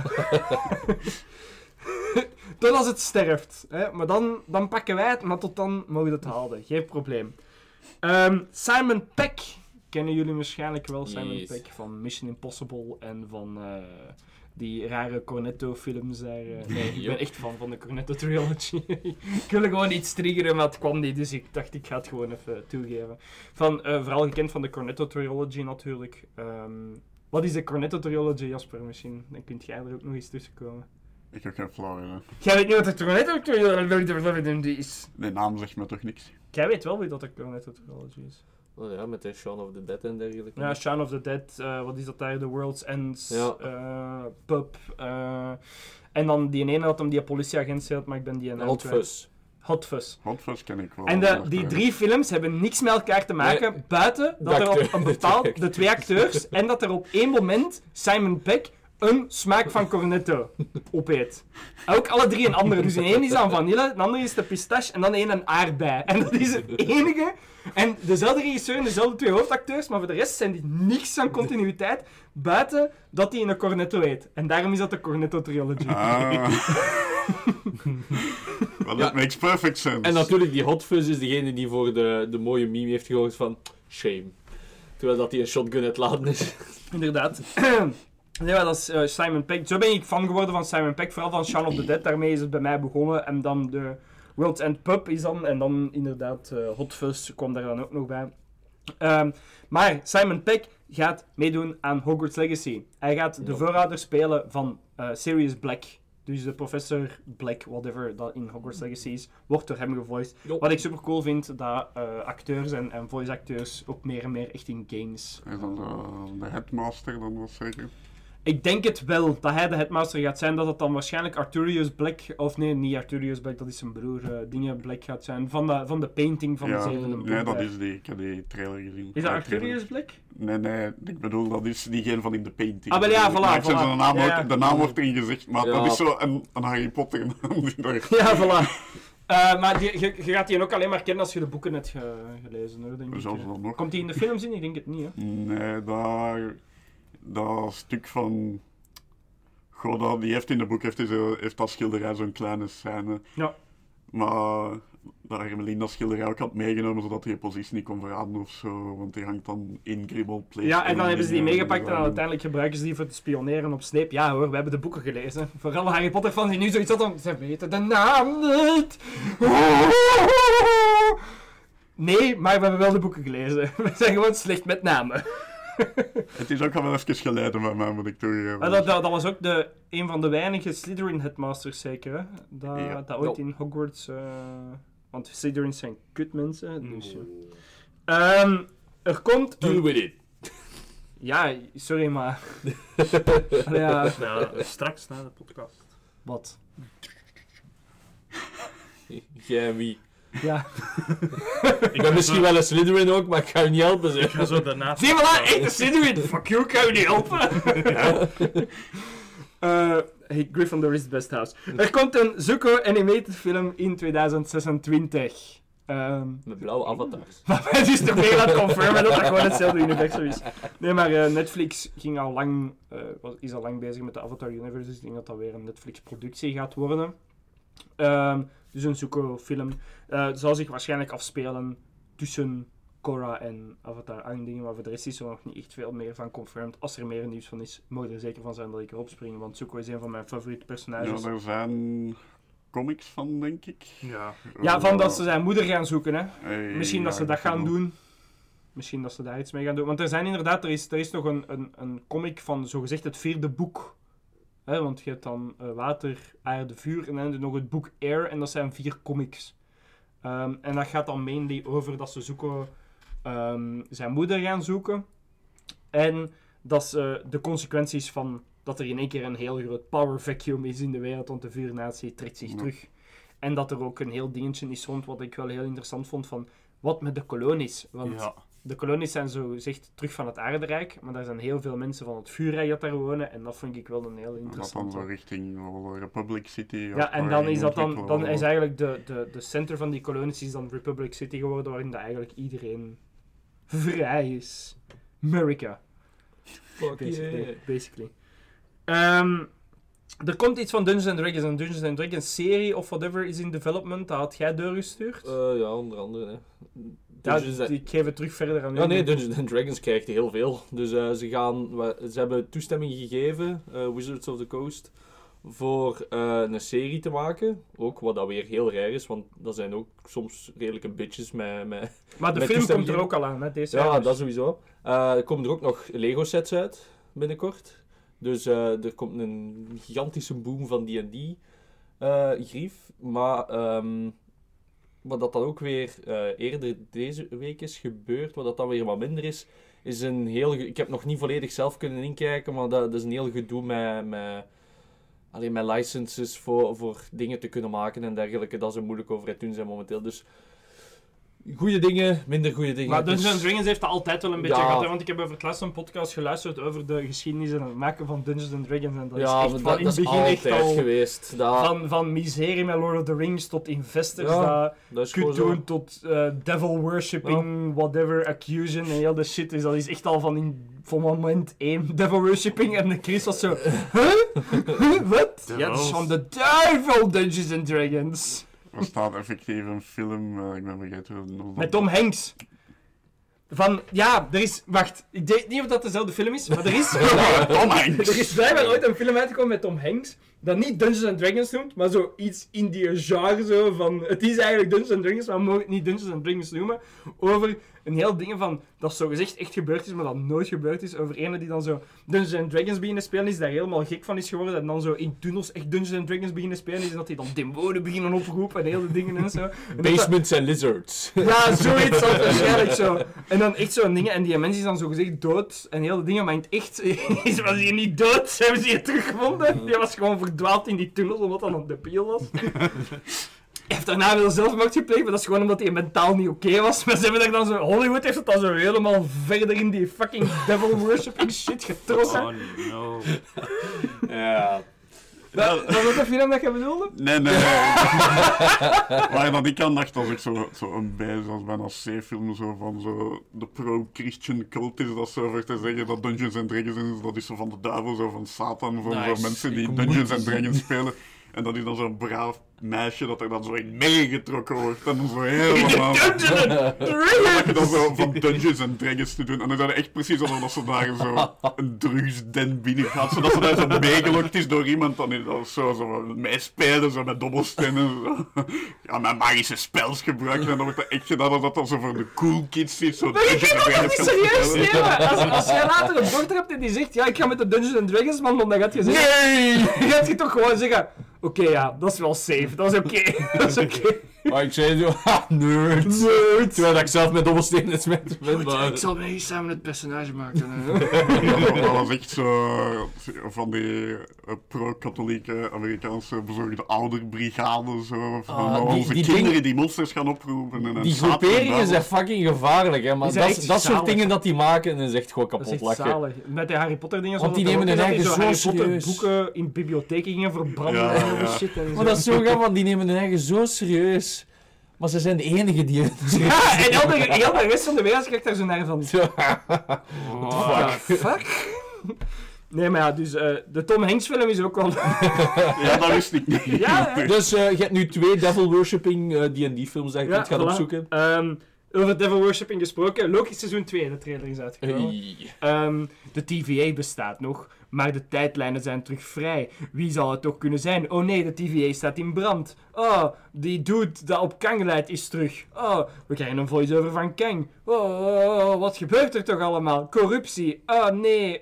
S10: Tot als het sterft. Hè? Maar dan pakken wij het, maar tot dan mogen we het halen. Geen probleem. Simon Pegg. Kennen jullie waarschijnlijk wel, Simon Pegg van Mission Impossible en van die rare Cornetto-films daar. Nee, ik ben echt fan van de Cornetto-trilogy. Ik wil gewoon iets triggeren, maar het kwam niet, dus ik dacht ik ga het gewoon even toegeven. Vooral gekend van de Cornetto-trilogy natuurlijk. Wat is de Cornetto-trilogy, Jasper, misschien? Dan kunt jij er ook nog eens tussen komen.
S11: Ik heb geen flauw idee.
S10: Jij weet niet wat de Cornetto-trilogy is?
S11: De naam zegt me toch niks?
S10: Jij weet wel wie dat de Cornetto-trilogy is.
S6: Oh ja, met de Shaun of the Dead en dergelijke.
S10: Ja, Shaun of the Dead, wat is dat daar? The World's End, Pub. En dan die ene dat hem die politieagent zegt, maar ik ben die naam
S6: Hot Fuzz.
S10: Hot Fuzz.
S11: Hot Fuzz ken ik wel.
S10: En die 3 films hebben niks met elkaar te maken, buiten dat er op een bepaald... De 2 acteurs, en dat er op één moment Simon Pegg een smaak van Cornetto opeet. Ook alle 3 een andere. Dus één is aan vanille, de andere is de pistache en dan één een aardbei. En dat is het enige. En dezelfde regisseur en dezelfde 2 hoofdacteurs, maar voor de rest zijn die niks aan continuïteit, buiten dat hij in een Cornetto eet. En daarom is dat de Cornetto-trilogy.
S11: Well, that makes perfect sense.
S6: En natuurlijk, die Hot Fuzz is degene die voor de mooie meme heeft gehoord van shame. Terwijl dat hij een shotgun het laten is.
S10: Inderdaad. Ja, dat is Simon Pegg. Zo ben ik fan geworden van Simon Pegg, vooral van Shaun of the Dead. Daarmee is het bij mij begonnen. En dan de World's End Pub is dan. En dan inderdaad Hot Fuzz kwam daar dan ook nog bij. Maar Simon Pegg gaat meedoen aan Hogwarts Legacy. Hij gaat de voorouder spelen van Sirius Black. Dus de professor Black, whatever, dat in Hogwarts Legacy is, wordt door hem gevoiced. Wat ik super cool vind, dat acteurs en voice acteurs ook meer en meer echt in games...
S11: Is dat de headmaster dan wel zeker?
S10: Ik denk het wel, dat hij de headmaster gaat zijn, dat het dan waarschijnlijk Arthurius Black, of nee, niet Arthurius Black, dat is zijn broer, Dingen Black gaat zijn, van de painting van de zevende boek.
S11: Nee, dat is die, ik heb die trailer gezien.
S10: Is dat Arthurius Black?
S11: Nee, ik bedoel, dat is diegene van in de painting.
S10: Ah, wel ja, voilà.
S11: Ik zeg de naam ook, de naam wordt erin gezegd, maar dat is zo een Harry Potter naam.
S10: Ja, voilà. Maar je gaat die ook alleen maar kennen als je de boeken hebt gelezen, hoor, denk ik. Komt die in de films in? Ik denk het niet, hè?
S11: Nee, dat stuk van... Goh, die heeft in de boek heeft dat schilderij zo'n kleine scène.
S10: Ja.
S11: Maar dat Hermeline schilderij ook had meegenomen, zodat hij je positie niet kon verraden of zo. Want die hangt dan in Gribbel Place.
S10: Ja, en dan hebben ze die meegepakt en dan uiteindelijk gebruiken ze die voor te spioneren op Snape. Ja hoor, we hebben de boeken gelezen. Vooral Harry Potter fans die nu zoiets hadden. Ze weten de naam niet. Nee, maar we hebben wel de boeken gelezen. We zijn gewoon slecht met namen.
S11: Het is ook al wel even geleden bij mij, moet ik toegeven.
S10: Maar dat was ook een van de weinige Slytherin headmasters zeker, hè? Dat ooit in Hogwarts... want Slytherins zijn kutmensen, dus... er komt...
S6: Deal with it.
S10: Ja, sorry, maar...
S12: Ja, straks na de podcast.
S10: Wat?
S6: Jij en wie?
S10: Ja.
S6: Ik ben misschien wel een Slytherin ook, maar ik ga je niet helpen, zeg.
S12: Ik ga zo daarna...
S10: Zie maar, echt een Slytherin! Fuck you, ik ga je niet helpen! Hey, Gryffindor is het best house. Er komt een Zuko animated film in 2026.
S6: Met blauwe avatars.
S10: Maar het is toch meer aan het confirmen dat dat gewoon hetzelfde universum is. Nee, maar Netflix is al lang bezig met de Avatar Universe, dus ik denk dat dat weer een Netflix-productie gaat worden. Dus een Zuko-film zal zich waarschijnlijk afspelen tussen Korra en Avatar dingen, maar voor de rest is er nog niet echt veel meer van confirmed. Als er meer nieuws van is, mogen er zeker van zijn dat ik erop spring, want Zuko is een van mijn favoriete personages.
S11: Ja, er zijn comics van, denk ik.
S10: Ja, van dat ze zijn moeder gaan zoeken, hè. Misschien dat
S11: ja,
S10: ze dat gaan doen. Misschien dat ze daar iets mee gaan doen. Want er zijn inderdaad, er is nog een comic van zogezegd het 4e boek. Hè, want je hebt dan water, aarde, vuur en dan heb je nog het boek Air en dat zijn 4 comics. En dat gaat dan mainly over dat ze Zuko zijn moeder gaan zoeken. En dat ze de consequenties van dat er in één keer een heel groot power vacuum is in de wereld, want de vuurnatie trekt zich terug. En dat er ook een heel dingetje is rond wat ik wel heel interessant vond van wat met de kolonies. Want de kolonies zijn zo gezegd terug van het aarderijk, maar daar zijn heel veel mensen van het vuurrijk dat daar wonen en dat vind ik wel een heel interessant.
S11: Dat dan zo richting Republic City.
S10: Ja, en dan is dat dan is eigenlijk de center van die kolonies is dan Republic City geworden, waarin dat eigenlijk iedereen vrij is. America. Basically. Er komt iets van Dungeons & Dragons. Een Dungeons & Dragons serie of whatever is in development. Dat had jij doorgestuurd?
S6: Ja, onder andere. Hè.
S10: Ik geef het terug verder aan u.
S6: Ja, nee, Dungeons & Dragons krijgt heel veel. Dus ze hebben toestemming gegeven, Wizards of the Coast, voor een serie te maken. Ook wat dat weer heel raar is, want dat zijn ook soms redelijke bitches met
S10: maar de film komt er ook al aan, hè, deze
S6: Ja, dat sowieso. Er komen er ook nog Lego sets uit, binnenkort. Dus er komt een gigantische boom van D&D grief. Maar wat dat dan ook weer eerder deze week is gebeurd, wat dat dan weer wat minder is een heel... Ik heb nog niet volledig zelf kunnen inkijken, maar dat is een heel gedoe met licenses voor dingen te kunnen maken en dergelijke. Dat ze moeilijk over het doen zijn momenteel. Dus goede dingen, minder goede dingen.
S10: Maar Dungeons & Dragons heeft dat altijd wel een beetje gehad. Hè? Want ik heb over het laatst een podcast geluisterd over de geschiedenis en het maken van Dungeons & Dragons. En dat is echt van in het begin echt al
S6: geweest.
S10: Van miserie met Lord of the Rings tot investors dat kunt doen tot devil worshipping, whatever, accusation en heel de shit. Dus dat is echt al van moment 1 devil worshipping en de Chris was zo... Wat? Ja, dat is van de duivel Dungeons & Dragons.
S11: Er staat effectief een film, ik ben vergeten...
S10: Met Tom Hanks. Er is... Wacht, ik weet niet of dat dezelfde film is, maar er is...
S11: Tom Hanks!
S10: Er is blijkbaar ooit een film uitgekomen met Tom Hanks, dat niet Dungeons & Dragons noemt, maar zo iets in die genre zo van... Het is eigenlijk Dungeons & Dragons, maar we mogen het niet Dungeons & Dragons noemen. Over een heel ding van... Dat zogezegd echt gebeurd is, maar dat nooit gebeurd is. Over ene die dan zo Dungeons & Dragons beginnen spelen is, daar helemaal gek van is geworden. En dan zo in tunnels echt Dungeons & Dragons beginnen spelen is. En dat die dan demonen beginnen oproepen en hele dingen en zo.
S6: Basements en lizards.
S10: Ja, zoiets was waarschijnlijk zo. En dan echt zo'n dingen. En die mens is dan zogezegd dood. En hele dingen. Maar in het echt was hij niet dood. Hebben ze je teruggevonden. Die was gewoon verdwaald in die tunnels, omdat dat een debiel was. Hij heeft daarna wel zelfmoord gepleegd, maar dat is gewoon omdat hij mentaal niet oké was. Maar ze hebben daar dan zo... Hollywood heeft het dan zo helemaal verder in die fucking devil worshipping shit getrokken.
S12: Oh no.
S6: Ja.
S10: Was dat de film dat je bedoelde?
S11: Nee. Waar dat ik aan dacht, was ik zo een zoals bijna C-film zo van zo de pro-Christian cult is dat zo voor te zeggen dat Dungeons & Dragons is, dat is zo van de duivel, zo van Satan, voor mensen die Dungeons & Dragons spelen. En dat is dan zo'n braaf meisje dat er dan zo in meegetrokken wordt. En dan zo helemaal... Dat je dan zo van Dungeons and Dragons te doen. En dan zijn het echt precies alsof ze daar zo een drugsden binnen gaat. Zodat ze daar zo meegelokt is door iemand. Dan is dat zo meespelen, zo met dobbelstenen. Zo. Ja, met magische spels gebruiken. En dan wordt dat echt gedaan als dat dan zo voor de cool kids is. Zo
S10: maar ik kan dat niet serieus nemen. Als jij later een dochter hebt en die zegt, ja, ik ga met de Dungeons and Dragons man, dan gaat je zeggen... Nee! Dan gaat je toch gewoon zeggen... Oké, ja, dat is wel safe. Dat is oké. Dat is oké.
S6: Maar ik zei zo, nerd. Terwijl ik zelf met dobbelstenen met ben.
S10: Ik zal mee samen het personage maken.
S11: Dat was echt zo van die pro-katholieke Amerikaanse bezorgde ouderbrigade. Zo, van onze kinderen die monsters gaan oproepen. En
S6: die groeperingen zijn fucking gevaarlijk, hè. Maar dat soort dingen dat die maken, is echt gewoon kapot lachen.
S10: Zalig. Met de Harry Potter dingen.
S6: Want die nemen hun eigen zo
S10: serieus. Boeken in bibliotheken gingen verbranden en shit. En
S6: maar dat is zo gaaf, want die nemen hun eigen zo serieus. Maar ze zijn de enige die...
S10: Ja, en heel de rest van de wereld krijgt daar zo naar van... What the fuck? Nee, maar ja, dus de Tom Hanks film is ook wel...
S11: Ja, dat wist ik niet.
S10: Ja,
S6: dus je hebt nu 2 devil-worshipping D&D films dat je kunt gaan opzoeken.
S10: Over devil worshipping gesproken, Loki seizoen 2, de trailer is uitgekomen. De TVA bestaat nog, maar de tijdlijnen zijn terug vrij. Wie zal het toch kunnen zijn? Oh nee, de TVA staat in brand. Oh, die dude dat op Kang leidt is terug. Oh, we krijgen een voice-over van Kang. Oh, wat gebeurt er toch allemaal? Corruptie. Oh nee,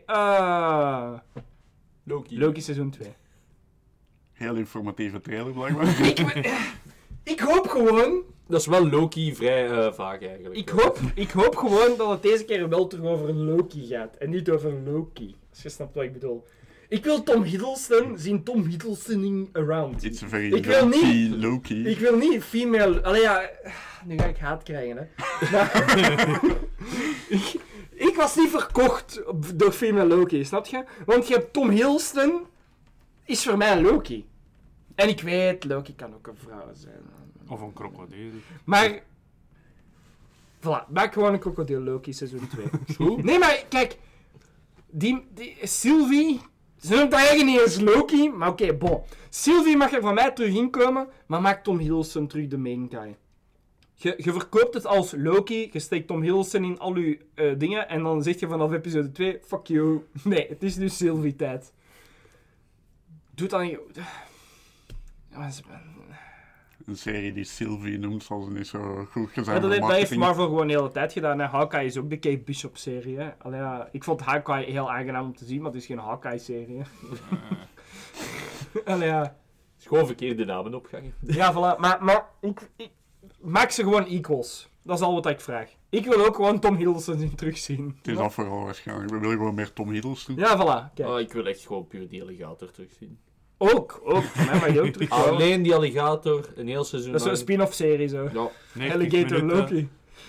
S10: Loki seizoen 2.
S11: Heel informatieve trailer, blijkbaar.
S10: Ik hoop gewoon...
S6: Dat is wel Loki vrij vaag eigenlijk.
S10: Ik hoop gewoon dat het deze keer wel terug over een Loki gaat. En niet over Loki. Als je snapt wat ik bedoel. Ik wil Tom Hiddleston zien Tom Hiddlestoning around.
S11: It's a very Loki.
S10: Ik wil niet female... Allee ja... Nu ga ik haat krijgen, hè. Maar, ik was niet verkocht door female Loki, snap je? Want je hebt Tom Hiddleston... Is voor mij een Loki. En ik weet, Loki kan ook een vrouw zijn.
S12: Of een krokodil.
S10: Maar... Voilà, maak gewoon een krokodil Loki seizoen 2. Nee, maar kijk... Die Sylvie... Ze noemt dat eigenlijk niet eens Loki, maar oké, bon. Sylvie mag er van mij terug inkomen, maar maak Tom Hiddleston terug de main guy. Je verkoopt het als Loki, je steekt Tom Hiddleston in al je dingen, en dan zeg je vanaf episode 2, fuck you. Nee, het is nu Sylvie-tijd. Doe dan niet...
S11: Een serie die Sylvie noemt, zal ze niet zo goed gezegd
S10: hebben. Dat heeft Marvel gewoon de hele tijd gedaan. Hè. Hawkeye is ook de Kate Bishop-serie. Hè. Allee, ja, ik vond Hawkeye heel aangenaam om te zien, maar het is geen Hawkeye-serie. Allee, ja.
S6: Het is gewoon verkeerde namen opgangen.
S10: Ja, voilà. Maar ik maak ze gewoon equals. Dat is al wat ik vraag. Ik wil ook gewoon Tom Hiddleston in terugzien.
S11: Het is dat vooral waarschijnlijk. We willen gewoon meer Tom Hiddleston.
S10: Ja, voilà. Kijk.
S6: Oh, ik wil echt gewoon puur die alligator terugzien.
S10: Ook. Voor mij mag je ook terugkomen.
S6: Alleen die alligator, een heel seizoen.
S10: Dat is zo'n spin-off serie zo.
S6: Ja.
S10: Alligator Loki.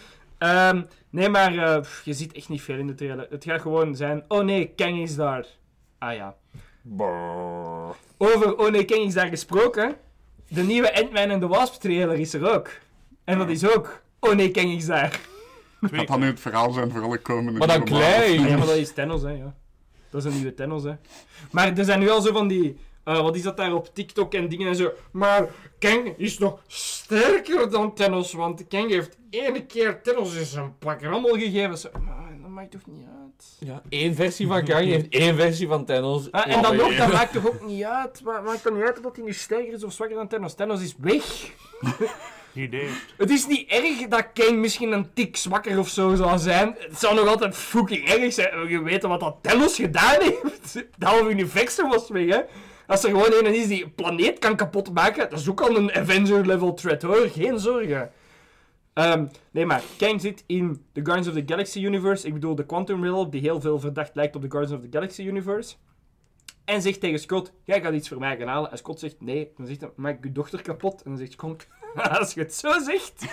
S10: Nee, maar je ziet echt niet veel in de trailer. Het gaat gewoon zijn, oh nee, Kang is daar. Ah ja.
S6: Brrr.
S10: Over oh nee, Kang is daar gesproken. De nieuwe Ant-Man and the Wasp trailer is er ook. En dat is ook, oh nee, Kang is daar.
S11: Dat kan nu het verhaal zijn voor alle komende...
S6: Maar dan klein.
S10: Ja, maar dat is Thanos, hè. Ja. Dat is een nieuwe Thanos, hè. Maar er zijn nu al zo van die... wat is dat daar op TikTok en dingen en zo. Maar Kang is nog sterker dan Thanos, want Kang heeft 1 keer Thanos eens een pak rammel gegeven. Zo, maar dat maakt toch niet uit?
S6: Ja, 1 versie van Kang heeft 1 versie van Thanos.
S10: En dan nog, dat maakt toch ook niet uit? Maar maakt dan niet uit dat hij nu sterker is of zwakker dan Thanos? Thanos is weg.
S12: Idee.
S10: Het is niet erg dat Kang misschien een tik zwakker of zo zou zijn. Het zou nog altijd fucking erg zijn. Je weet wat dat Thanos gedaan heeft. De halve universum was weg, hè. Als er gewoon een is die een planeet kan kapot maken, dat is ook al een Avenger-level threat, hoor. Geen zorgen. Nee, maar Kang zit in the Guardians of the Galaxy Universe. Ik bedoel, de Quantum Realm, die heel veel verdacht lijkt op de Guardians of the Galaxy Universe. En zegt tegen Scott, jij gaat iets voor mij gaan halen. En Scott zegt, nee. Dan zegt hij, maak je dochter kapot. En dan zegt Scott, als je het zo zegt...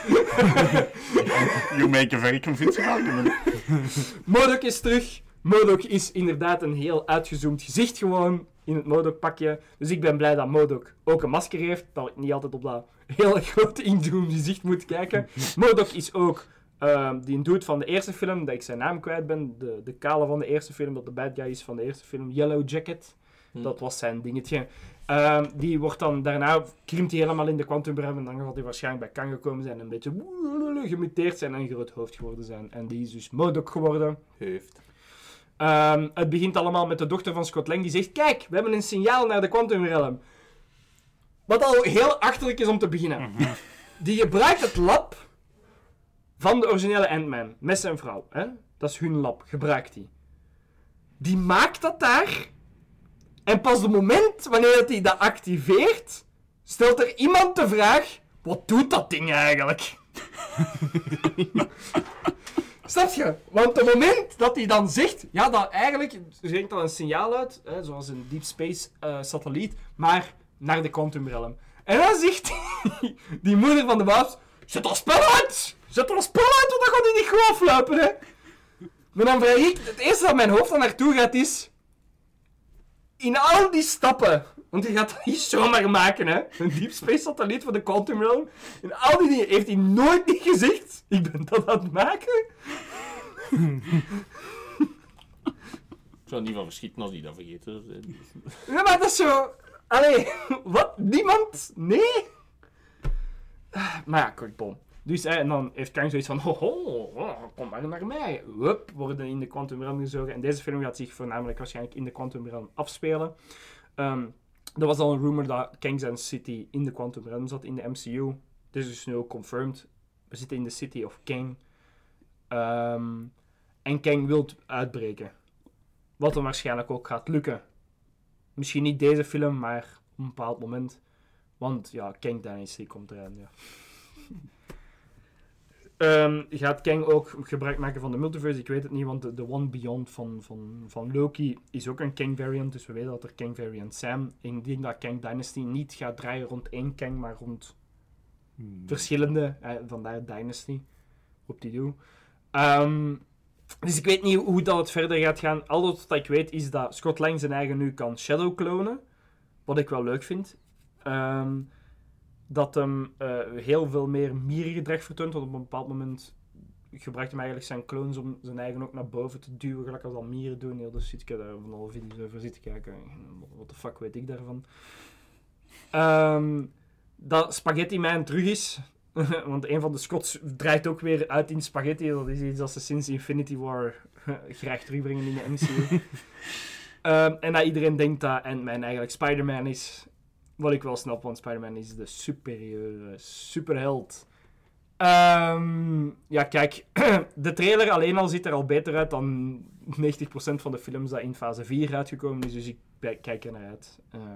S11: You make a very convincing argument.
S10: MODOK is terug. MODOK is inderdaad een heel uitgezoomd gezicht gewoon in het MODOK-pakje. Dus ik ben blij dat MODOK ook een masker heeft, dat ik niet altijd op dat hele grote ingezoomd gezicht moet kijken. MODOK is ook die dude van de eerste film, dat ik zijn naam kwijt ben, de kale van de eerste film, dat de bad guy is van de eerste film, Yellow Jacket. Dat was zijn dingetje. Die wordt dan daarna, krimpt hij helemaal in de Quantum Realm en dan gaat hij waarschijnlijk bij Kang gekomen zijn en een beetje gemuteerd zijn en een groot hoofd geworden zijn. En die is dus MODOK geworden. Het begint allemaal met de dochter van Scott Lang die zegt, kijk, we hebben een signaal naar de Quantum Realm. Wat al heel achterlijk is om te beginnen. Die gebruikt het lab van de originele Ant-Man, met zijn vrouw. Hè? Dat is hun lab, gebruikt die. Die maakt dat daar. En pas het moment wanneer hij dat activeert, stelt er iemand de vraag, wat doet dat ding eigenlijk? Snap je? Want het moment dat hij dan zegt, ja, dat eigenlijk zengt dan een signaal uit, hè, zoals een deep space satelliet, maar naar de Quantum Realm. En dan zegt die moeder van de baas, zet dat spel uit! Zet dat spel uit, want dan gaat hij niet gewoon fluipen, hè. Maar dan vraag ik, het eerste dat mijn hoofd dan naartoe gaat is, in al die stappen, want hij gaat dat niet zomaar maken, hè. Een deep space satelliet voor de Quantum Realm. In al die dingen heeft hij nooit niet gezegd, ik ben dat aan het maken.
S6: Ik zou niet van verschieten als die dat vergeten.
S10: Ja, maar dat is zo... Allee, wat? Niemand? Nee? Maar ja, kortbom. Dus en dan heeft Kang zoiets van, kom maar naar mij. Hup, worden in de Quantum Realm gezogen. En deze film gaat zich voornamelijk waarschijnlijk in de Quantum Realm afspelen. Er was al een rumor dat Kang zijn city in de Quantum Realm zat in de MCU. Dit is dus nu ook confirmed. We zitten in de City of Kang. En Kang wil uitbreken. Wat hem waarschijnlijk ook gaat lukken. Misschien niet deze film, maar op een bepaald moment. Want ja, Kang Dynasty komt eraan, ja. Gaat Kang ook gebruik maken van de multiverse? Ik weet het niet, want de One Beyond van Loki is ook een Kang variant. Dus we weten dat er Kang variants zijn. Ik denk dat Kang Dynasty niet gaat draaien rond één Kang, maar rond verschillende. Vandaar Dynasty. Op die doe. Dus ik weet niet hoe dat het verder gaat gaan. Al wat ik weet is dat Scott Lang zijn eigen nu kan shadow clonen. Wat ik wel leuk vind. Dat hem heel veel meer mierengedrag vertoont. Want op een bepaald moment gebruikt hem eigenlijk zijn clones om zijn eigen ook naar boven te duwen. Gelijk als dat mieren doen. Ja, dus zit ik daar van alle video's over zitten kijken. What the fuck weet ik daarvan. Dat Spaghetti Man terug is. Want een van de Scots draait ook weer uit in spaghetti. Dat is iets dat ze sinds Infinity War graag terugbrengen in de MCU. En dat iedereen denkt dat Ant-Man eigenlijk Spider-Man is. Wat ik wel snap, want Spider-Man is de superieure superheld. Ja, kijk. De trailer alleen al ziet er al beter uit dan 90% van de films dat in fase 4 uitgekomen is. Dus ik kijk er naar uit.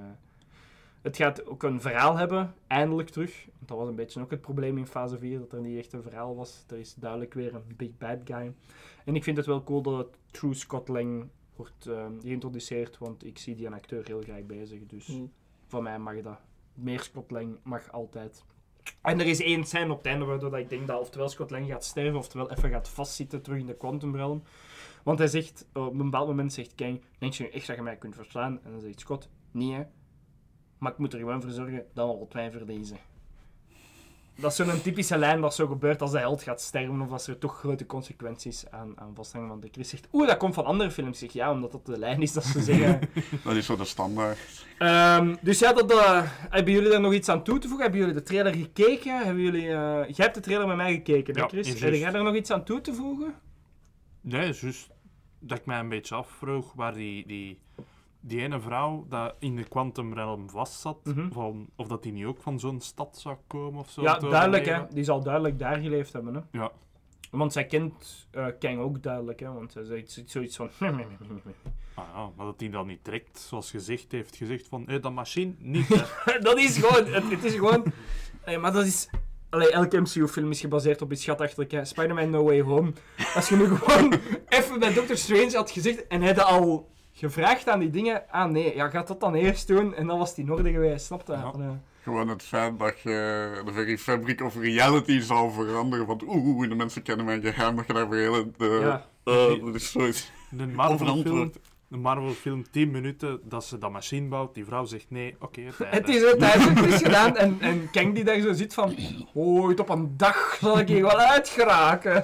S10: Het gaat ook een verhaal hebben, eindelijk terug. Want dat was een beetje ook het probleem in fase 4, dat er niet echt een verhaal was. Er is duidelijk weer een big bad guy. En ik vind het wel cool dat het True Scott Lang wordt geïntroduceerd, want ik zie die acteur heel graag bezig. Dus van mij mag dat. Meer Scott Lang mag altijd. En er is één scène op het einde waardoor ik denk dat oftewel Scott Lang gaat sterven, oftewel even gaat vastzitten terug in de Quantum Realm. Want hij zegt, op een bepaald moment zegt Kang, denk je echt dat je mij kunt verslaan? En dan zegt Scott, nee hè. Maar ik moet er gewoon voor zorgen dat we al wij verliezen. Dat is zo'n typische lijn dat zo gebeurt als de held gaat sterven of als er toch grote consequenties aan vasthangen. Want de Chris zegt, dat komt van andere films. Ik zeg, ja, omdat dat de lijn is dat ze zeggen.
S11: Dat is zo de standaard.
S10: Dus ja, hebben jullie daar nog iets aan toe te voegen? Hebben jullie de trailer gekeken? Jij hebt de trailer met mij gekeken, hè, Chris? Heb jij er nog iets aan toe te voegen?
S12: Nee, juist dat ik mij een beetje afvroeg waar die ene vrouw dat in de Quantum Realm vastzat, of dat die niet ook van zo'n stad zou komen of zo.
S10: Ja, duidelijk hè. Die zal duidelijk daar geleefd hebben hè.
S12: Ja.
S10: Want zij kent Kang ook duidelijk hè, want zij zegt zoiets van...
S12: ja, maar dat hij dat niet trekt, zoals heeft gezegd van, dat machine niet hè.
S10: Dat is gewoon, het is gewoon... maar dat is... elke MCU-film is gebaseerd op iets schatachtig. Hè. Spider-Man No Way Home. Als je nu gewoon even bij Doctor Strange had gezegd en hij had al gevraagd aan die dingen, nee, ja, gaat dat dan eerst doen en dan was het in orde geweest, snap je? Ja.
S11: Gewoon het feit dat je de very fabric of reality zou veranderen, want de mensen kennen mijn geheim, dat je daar voor dat is zoiets
S12: onverantwoord. De Marvel-film, 10 minuten, dat ze dat machine bouwt, die vrouw zegt nee, oké,
S10: het is uiteindelijk dus gedaan en Kang die daar zo zit van, ooit op een dag zal ik hier wel uitgeraken.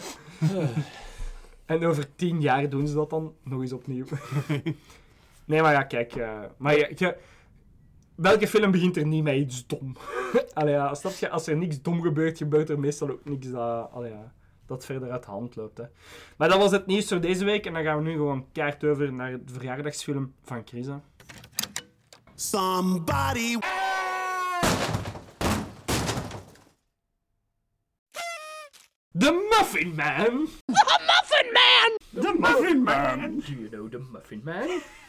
S10: En over 10 jaar doen ze dat dan nog eens opnieuw. Nee, maar ja, kijk. welke film begint er niet met iets dom? Allee, ja, snap je? Als er niks dom gebeurt, gebeurt er meestal ook niks dat verder uit de hand loopt. Hè. Maar dat was het nieuws voor deze week. En dan gaan we nu gewoon keihard over naar de verjaardagsfilm van Chris. Hè.
S13: Somebody...
S10: The Muffin Man!
S13: The Muffin Man!
S10: The Muffin Man! Do you know the Muffin Man?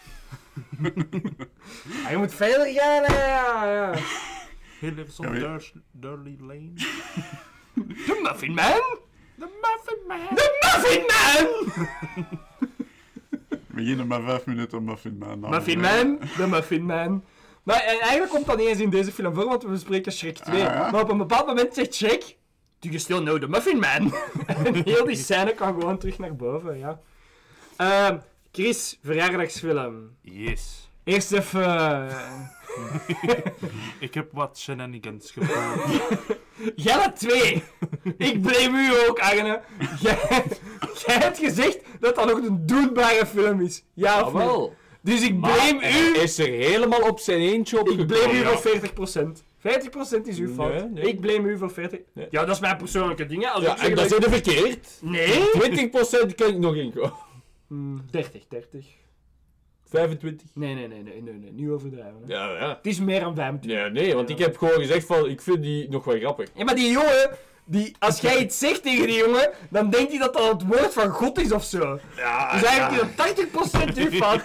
S10: Je moet verder gaan, hè. Ja.
S12: He lives on Durley Lane.
S10: The Muffin Man!
S12: The Muffin Man!
S10: The Muffin Man!
S11: We beginnen met 5 minuten Muffin Man.
S10: Muffin Man, The Muffin Man. Maar eigenlijk komt dat niet eens in deze film voor, want we bespreken Shrek 2.
S11: Ja.
S10: Maar op een bepaald moment zegt Shrek... Do you still know the Muffin Man? En heel die scène kan gewoon terug naar boven, ja. Chris, verjaardagsfilm.
S12: Yes.
S10: Eerst even...
S12: Ik heb wat shenanigans gevoeld.
S10: Jij had 2. Ik blame u ook, Arne. Jij hebt gezegd dat dat nog een doenbare film is. Ja of
S6: Jawel.
S10: nee? Dus ik blame u...
S6: Hij is er helemaal op zijn eentje op
S10: Ik blame u
S6: gekomen.
S10: voor 40%. 40% is uw fout.
S6: Nee.
S10: Ik blame u voor 40%. Nee. Ja, dat is mijn persoonlijke ding. Als
S6: Ja,
S10: ik zeg
S6: en dat is verkeerd.
S10: Nee.
S6: 20% kan ik nog inkomen.
S10: 30.
S6: 25.
S10: Nee. Nu overdrijven. Hè.
S6: Ja.
S10: Het is meer dan 25.
S6: Ja, nee, want ik heb gewoon gezegd van, ik vind die nog wel grappig.
S10: Ja, maar die jongen, als jij iets zegt tegen die jongen, dan denkt hij dat dat het woord van God is of zo.
S6: Ja,
S10: dus eigenlijk is dat 80% uw fout.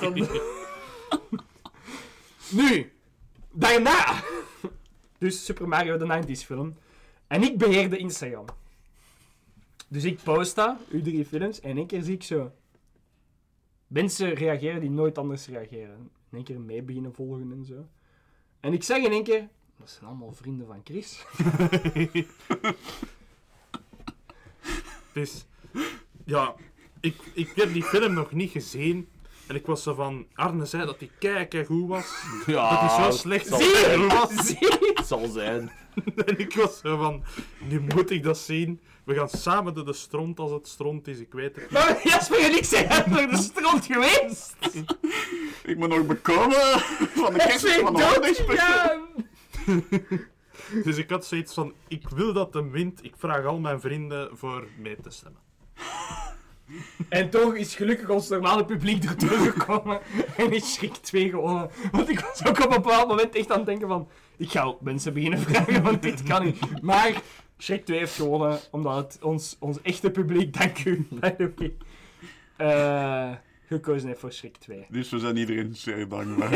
S10: Nu, daarna. Dus Super Mario de 90s film. En ik beheerde Instagram. Dus ik post dat, uw 3 films, en in één keer zie ik zo... Mensen reageren die nooit anders reageren. In één keer mee beginnen volgen en zo. En ik zeg in één keer... Dat zijn allemaal vrienden van Chris.
S12: Dus... Ja, ik heb die film nog niet gezien. En ik was zo van... Arne zei dat die keigoed was.
S6: Ja,
S12: dat hij zo slecht was.
S6: Het zal zijn.
S12: En ik was zo van... Nu moet ik dat zien. We gaan samen door de stront als het stront is. Ik weet het niet.
S10: Maar Jasper en ik zijn door de stront geweest.
S11: Ik moet nog bekomen van de kerst van de holiday.
S12: Dus ik had zoiets van... Ik wil dat hem wint. Ik vraag al mijn vrienden voor mee te stemmen.
S10: En toch is gelukkig ons normale publiek erdoor gekomen en is Shrek 2 gewonnen. Want ik was ook op een bepaald moment echt aan het denken van... Ik ga ook mensen beginnen vragen, want dit kan niet. Maar Shrek 2 heeft gewonnen, omdat het ons echte publiek, dank u, by the way, gekozen heeft voor Shrek 2.
S11: Dus we zijn iedereen zeer dankbaar.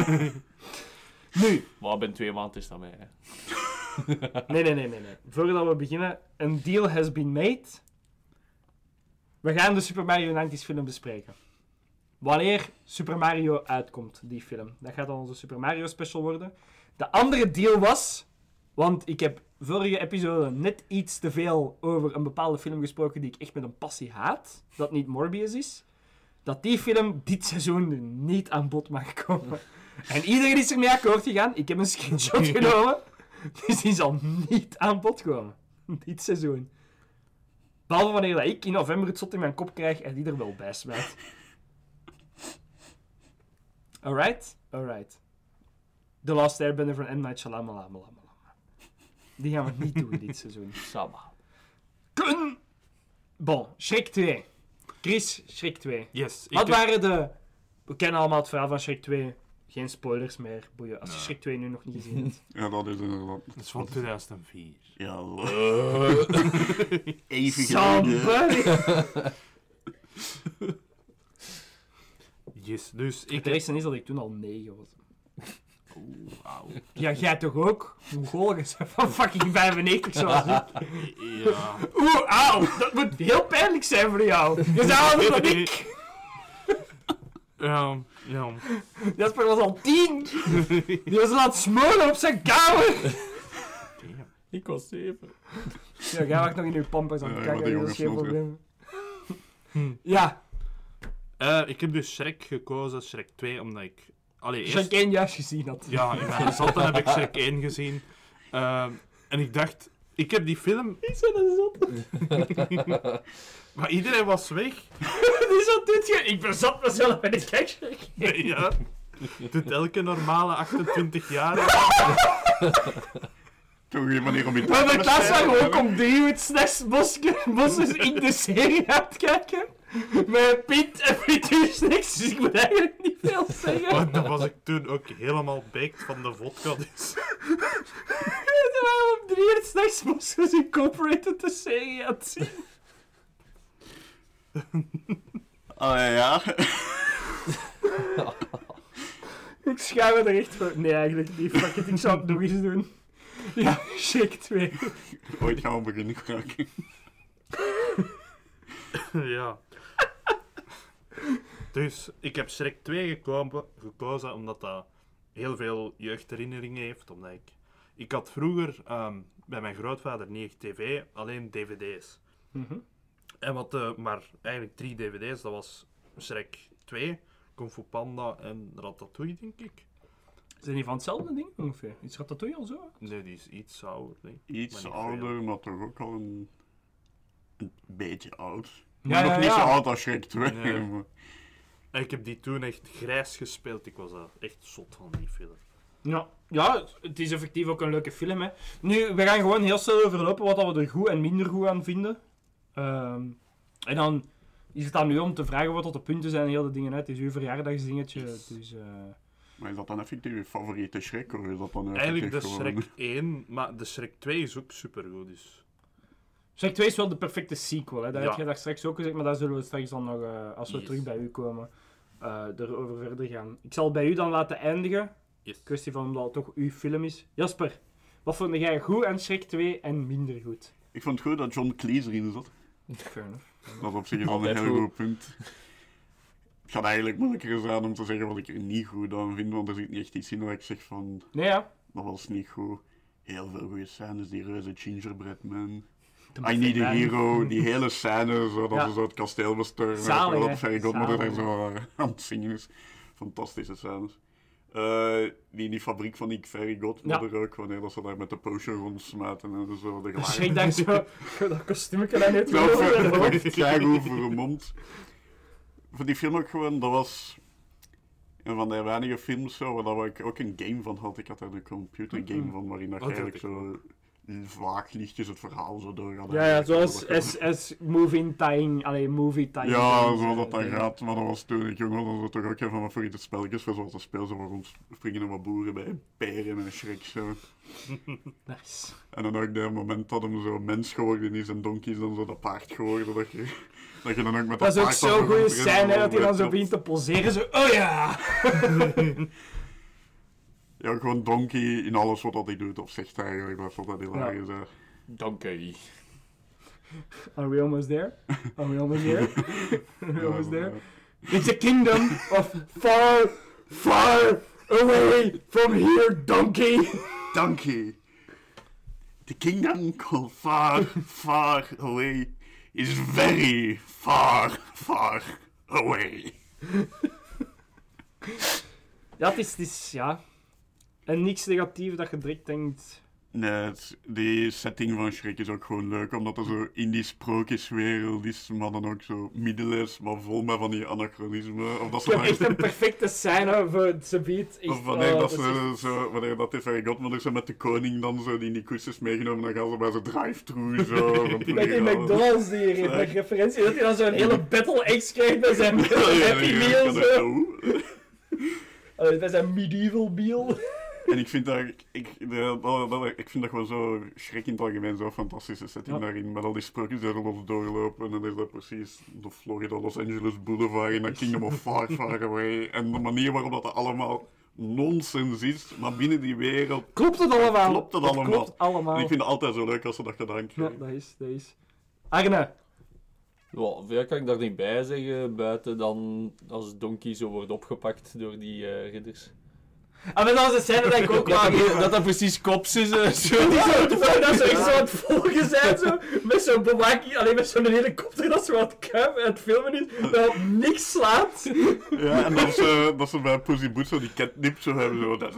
S10: Nu.
S6: Maar binnen 2 maanden is dat mee, hè.
S10: Nee. Voordat we beginnen, een deal has been made... We gaan de Super Mario 90s film bespreken. Wanneer Super Mario uitkomt, die film. Dat gaat dan onze Super Mario special worden. De andere deal was... Want ik heb vorige episode net iets te veel over een bepaalde film gesproken die ik echt met een passie haat. Dat niet Morbius is. Dat die film dit seizoen niet aan bod mag komen. En iedereen is ermee akkoord gegaan. Ik heb een screenshot genomen. Dus die zal niet aan bod komen. Dit seizoen. Behalve wanneer ik in november het zot in mijn kop krijg en die er wel bij smijt. Alright. The Last Airbender van M. Night Shyamalan. Die gaan we niet doen dit seizoen.
S6: Sama.
S10: Bon, Shrek 2. Chris, Shrek 2.
S12: Yes.
S10: Wat waren de... We kennen allemaal het verhaal van Shrek 2. Geen spoilers meer, boeien. Als je Shrek 2 nu nog niet gezien hebt.
S11: Ja, dat is inderdaad.
S12: Dat is van 2004.
S11: Ja,
S10: even geleden.
S12: Yes, dus ik...
S10: Het eerste is dat ik toen al 9 was.
S12: Oeh, auw.
S10: Ja, jij toch ook? Mongool is van fucking 95 zoals ik.
S12: Ja.
S10: Oeh, auw. Dat moet heel pijnlijk zijn voor jou. Je zou anders dan ik.
S12: Ja.
S10: Jasper was al 10. Die was al aan het smoren op zijn kamer.
S6: Ik was 7.
S10: Ja, jij wacht nog in uw pampers aan het kijken. Dat is geen probleem. Ja.
S12: Ik heb dus Shrek gekozen, Shrek 2, omdat ik...
S10: Shrek 1 juist gezien had.
S12: Ja, in mijn zatten heb ik Shrek 1 gezien. En ik dacht... Ik heb die film...
S10: Ik ben een zot.
S12: Maar iedereen was weg.
S10: Die zo doet je. Ik bezat mezelf en ik kijk Shrek 1.
S12: Ja. Doet elke normale 28-jarige.
S11: Toch geen manier om je
S10: Maar de klas van gewoon om 3 uur s'nachts bosjes in de serie aan het kijken. Met Piet en Piet is niks, dus ik moet eigenlijk niet veel zeggen.
S12: Maar dan was ik toen ook helemaal baked van de vodka, dus...
S10: Toen waren we om 3 uur s'nachts bosjes Incorporated de serie aan het zien.
S11: Ja.
S10: Ik schaam me er echt voor. Nee, eigenlijk niet. Fuck it, ik zou het nog eens doen. Ja, Shrek 2.
S11: Ooit gaan we beginnen kraken.
S12: Ja. Dus, ik heb Shrek 2 gekozen omdat dat heel veel jeugdherinneringen heeft. Omdat ik had vroeger bij mijn grootvader niet echt tv, alleen dvd's.
S10: Mm-hmm.
S12: En maar eigenlijk 3 dvd's, dat was Shrek 2, Kung Fu Panda en Ratatouille, denk ik.
S10: Zijn die van hetzelfde ding ongeveer? Is Ratatouille al zo?
S12: Nee, die is iets ouder. Nee.
S11: Iets ouder, maar toch ook al een beetje oud.
S10: Ja,
S11: nog niet zo oud als Shrek 2.
S12: Nee.
S11: Maar...
S12: En ik heb die toen echt grijs gespeeld. Ik was echt zot van die film.
S10: Ja, het is effectief ook een leuke film. Hè. Nu, we gaan gewoon heel snel overlopen wat we er goed en minder goed aan vinden. En dan is het aan u om te vragen wat tot de punten zijn en heel de dingen uit. Het is uw verjaardagsdingetje. Dus,
S11: Maar is dat dan effectief je favoriete Shrek? Of is dat dan
S12: eigenlijk de
S11: gewoon...
S12: Shrek 1, maar de Shrek 2 is ook supergoed. Dus.
S10: Shrek 2 is wel de perfecte sequel. Hè. Dat
S12: Ja.
S10: heb je daar straks ook gezegd, maar daar zullen we straks dan nog, als we
S12: Yes.
S10: terug bij u komen, erover verder gaan. Ik zal bij u dan laten eindigen.
S12: Yes.
S10: Kwestie van omdat het toch uw film is. Jasper, wat vond jij goed aan Shrek 2 en minder goed?
S11: Ik vond het goed dat John Cleese erin zat.
S10: Fair enough.
S11: Dat is op zich al een heel goed punt. Het gaat eigenlijk moeilijker zijn om te zeggen wat ik er niet goed aan vind, want er zit niet echt iets in waar ik zeg van...
S10: Nee, ja.
S11: Dat was niet goed. Heel veel goede scènes, die reuze gingerbread man.
S10: De
S11: I Need a
S10: man.
S11: Hero, die hele scène, zo, dat
S10: Ja.
S11: ze zo het kasteel bestormen.
S10: Zalig, hè?
S11: Dat Fairy Godmother daar
S10: Zalig.
S11: zo aan het zingen is. Fantastische scènes. Die fabriek van die Fairy Godmother ook, wanneer dat ze daar met de potion rondsmijten en zo de
S10: Dus ik dacht zo, dat kostuumje dan net
S11: Nou,
S10: wel.
S11: echt keigoed vermomd. Voor die film ook gewoon, dat was een van de weinige films zo, waar ik ook een game van had. Ik had daar een computergame van, waarin dat je eigenlijk zo vaak lichtjes het verhaal zo doorgaat.
S10: Ja, zoals movie tying.
S11: Ja, zo dat gaat. Maar dat was toen ik jong was, dat was toch ook een van mijn favoriete spelletjes. Zoals te spelen, zo rond springen en wat boeren bij peren en Shrek zo.
S10: Nice.
S11: En dan ook dat moment dat hem zo mens geworden is en Donkey is dan zo dat paard geworden. Dat je dan ook met
S10: Dat is ook
S11: paard
S10: zo'n
S11: dan
S10: goede
S11: zo
S10: scène dat hij dan zo
S11: op-
S10: begint te poseren. Zo, oh ja!
S11: Ja, gewoon Donkey in alles wat hij doet of zegt eigenlijk. Dat is altijd hilarisch. Ja.
S6: Donkey.
S10: Are we almost there? Are we almost there? Are we almost there? It's a kingdom of far, far away from here, donkey!
S11: Donkey. The kingdom called far, far away is very far, far away.
S10: Ja, het is ja. En niks negatief dat je direct denkt.
S11: Nee, die setting van Shrek is ook gewoon leuk, omdat er zo in die sprookjeswereld is, maar dan ook zo middeleeuws, maar vol met van die anachronismen. Of dat
S10: Je hebt echt een perfecte scène voor het gebied.
S11: Of wanneer dat die Fairy Godmother zo met de koning dan zo die in die koets is meegenomen, dan gaan ze bij zo'n drive-thru zo.
S10: Met die McDonald's die referentie, dat hij dan zo'n hele battle X krijgt bij zijn Happy Meal zo. Bij zijn medieval meal.
S11: En ik vind ik vind dat gewoon zo Shrek in het algemeen zo'n fantastische setting daarin. Met al die sprookjes die er los doorlopen. En dan is dat precies de Florida, Los Angeles Boulevard en dat Kingdom of Far, Far Away. En de manier waarop dat allemaal nonsens is, maar binnen die wereld...
S10: Klopt het allemaal?
S11: Klopt het allemaal.
S10: Klopt allemaal.
S11: En ik vind het altijd zo leuk als ze dat gedaan krijgen.
S10: Ja, dat is. Arne.
S6: Ja, veel kan ik daar niet bij zeggen, buiten dan als Donkey zo wordt opgepakt door die ridders.
S10: Maar dat was een scène dat ik ook wel...
S6: Dat precies kops is. Zo.
S10: Dat ze echt zo aan het volgen zijn, zo, met zo'n bewaking, alleen met zo'n helikopter dat zo aan het filmen is, dat op niks slaat.
S11: Ja, en dat ze bij Pussy Boots zo die catnip zo hebben. Zo, dat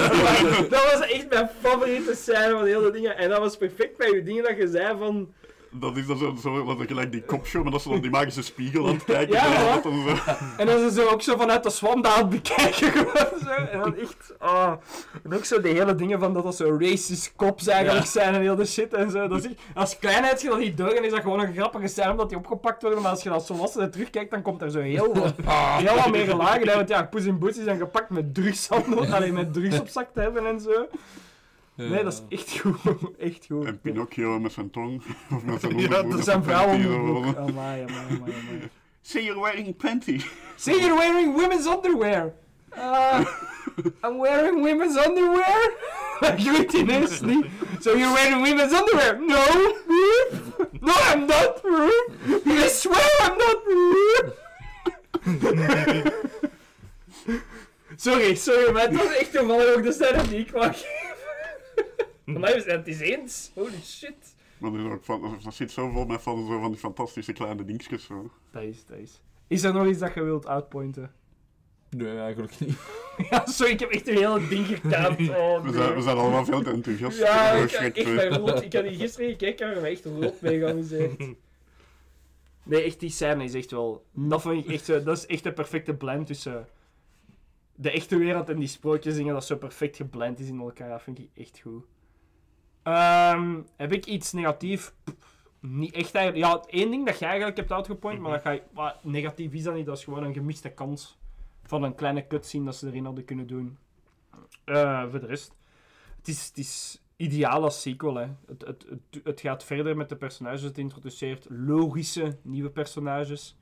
S10: was echt mijn favoriete scène van de hele dingen. En dat was perfect bij je dingen dat je zei van...
S11: Dat is dan zo gelijk die kopshow, maar dat ze op die magische spiegel aan het kijken
S10: Ja,
S11: zijn.
S10: hoor.
S11: Dan zo.
S10: En dan zijn ze ook zo vanuit de swamp aan het bekijken gewoon zo. En dan echt... En ook zo de hele dingen van dat zo racist cops eigenlijk zijn en heel de shit en zo. Dat is echt, als kleinheid je dat niet door en is dat gewoon een grappige scène omdat die opgepakt worden. Maar als je als volwassene terugkijkt, dan komt er zo heel wat meer lagen. Hè? Want ja, Puss in Boots zijn gepakt met drugshandel. Alleen met drugs op zak te hebben en zo. Nee, dat is echt goed. Echt goed.
S11: En Pinocchio met zijn tong. Of met zijn
S10: dat is een vrouwenboek. Amai.
S11: See, you're wearing panty.
S10: See, you're wearing women's underwear. I'm wearing women's underwear? Dat doet ineens niet. So you're wearing women's underwear? No. No, I'm not. I swear I'm not. Sorry, maar het was echt toevallig ook de scène die ik wou geven. Maar we zijn het eens eens. Holy shit.
S11: Maar dat zit zo vol met van die fantastische kleine dingetjes. Zo.
S10: Dat is. Is er nog iets dat je wilt outpointen?
S6: Nee, eigenlijk niet.
S10: Ja, sorry, ik heb echt een hele ding gekaapt.
S11: We zijn allemaal veel te enthousiast.
S10: Ja, ik had die gisteren gekeken en ik ben echt rot mee geamuseerd. Nee, echt, die scène is echt wel... Dat vind ik echt zo... Dat is echt een perfecte blend tussen... De echte wereld en die sprookjes dingen, dat zo perfect geblend is in elkaar. Dat vind ik echt goed. Heb ik iets negatief? Niet echt eigenlijk. Ja, één ding dat jij eigenlijk hebt outgepoint, maar negatief is dat niet. Dat is gewoon een gemiste kans van een kleine cutscene dat ze erin hadden kunnen doen. Voor de rest. Het is ideaal als sequel. Hè. Het gaat verder met de personages. Het introduceert logische nieuwe personages.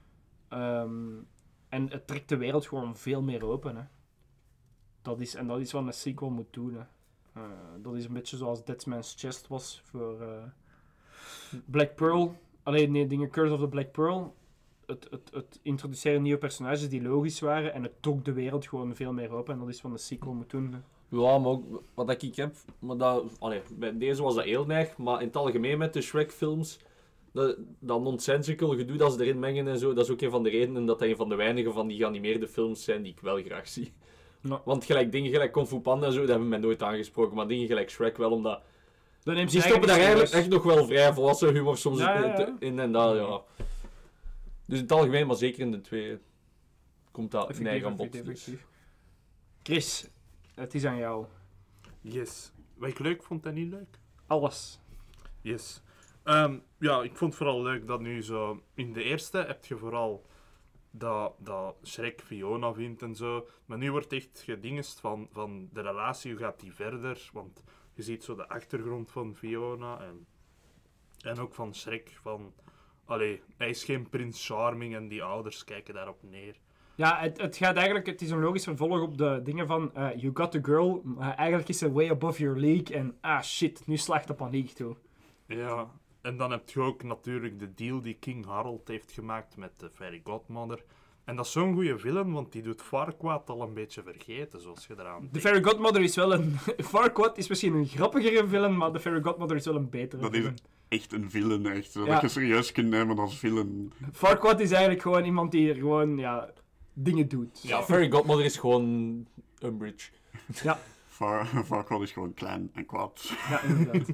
S10: En het trekt de wereld gewoon veel meer open. Hè. Dat is wat een sequel moet doen. Hè. Dat is een beetje zoals Dead Man's Chest was voor Black Pearl. Curse of the Black Pearl. Het introduceren nieuwe personages die logisch waren en het trok de wereld gewoon veel meer open. En dat is wat een sequel moet doen. Hè.
S6: Ja, maar ook wat ik heb... Maar bij deze was dat heel neig, maar in het algemeen met de Shrek-films... Dat nonsensical gedoe dat ze erin mengen en zo, dat is ook een van de redenen dat een van de weinige van die geanimeerde films zijn die ik wel graag zie.
S10: No.
S6: Want dingen gelijk Kung Fu Panda en zo, dat hebben we mij nooit aangesproken, maar dingen gelijk Shrek wel, omdat... Die stoppen daar eigenlijk echt nog wel vrij volwassen humor soms in en dat, ja. Dus in het algemeen, maar zeker in de twee, komt dat neig aan bod. Dus.
S10: Chris, het is aan jou.
S12: Yes. Wat ik leuk vond en niet leuk?
S10: Alles.
S12: Yes. Ja, ik vond het vooral leuk dat nu zo... In de eerste heb je vooral dat Shrek Fiona vindt en zo. Maar nu wordt echt gedingest van de relatie, hoe gaat die verder? Want je ziet zo de achtergrond van Fiona en ook van Shrek. Hij is geen prins Charming en die ouders kijken daarop neer.
S10: Ja, het is een logisch vervolg op de dingen van You got the girl, eigenlijk is ze way above your league en shit, nu slaagt de paniek toe.
S12: Ja, en dan heb je ook natuurlijk de deal die King Harold heeft gemaakt met de Fairy Godmother. En dat is zo'n goede villain, want die doet Farquaad al een beetje vergeten, zoals je eraan denkt.
S10: De Fairy Godmother is wel een... Farquaad is misschien een grappigere villain, maar de Fairy Godmother is wel een betere villain. Dat
S11: is echt een villain, echt. Dat je serieus kunt nemen als villain.
S10: Farquaad is eigenlijk gewoon iemand die er gewoon, dingen doet.
S6: Ja, Fairy Godmother is gewoon Umbridge.
S10: Ja.
S11: Farquaad is gewoon klein en kwaad.
S10: Ja, inderdaad.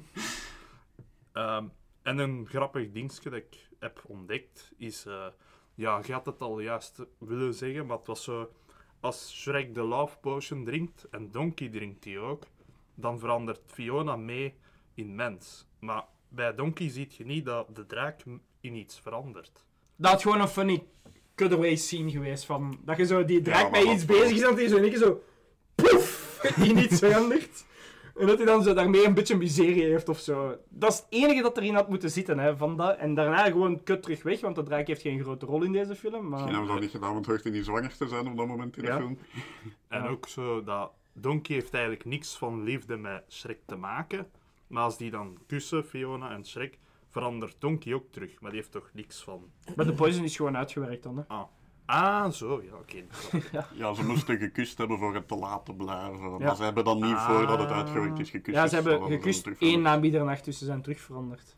S12: En een grappig dingetje dat ik heb ontdekt is... je had het al juist willen zeggen, maar het was zo... Als Shrek de Love Potion drinkt, en Donkey drinkt die ook, dan verandert Fiona mee in mens. Maar bij Donkey zie je niet dat de draak in iets verandert.
S10: Dat had gewoon een funny cutaway scene geweest van... Dat je zo die draak bij iets bezig is en dat hij zo in één keer zo... Poef! In iets verandert. En dat hij dan zo daarmee een beetje miserie heeft of zo. Dat is het enige dat erin had moeten zitten, hè, van dat. En daarna gewoon cut terug weg, want de draak heeft geen grote rol in deze film. Maar...
S11: Misschien hebben we dat niet gedaan, want hoort hij niet zwanger te zijn op dat moment in de film.
S12: En ook zo dat Donkey heeft eigenlijk niks van liefde met Shrek te maken. Maar als die dan kussen, Fiona en Shrek, verandert Donkey ook terug. Maar die heeft toch niks van...
S10: Maar de poison is gewoon uitgewerkt dan, hè.
S12: Zo, ja, oké.
S11: Ja, ze moesten gekust hebben voor het te laten blijven. Ja. Maar ze hebben dan niet voordat het uitgewerkt is gekust.
S10: Ja, ze hebben gekust 1 na middernacht, dus ze zijn terug veranderd.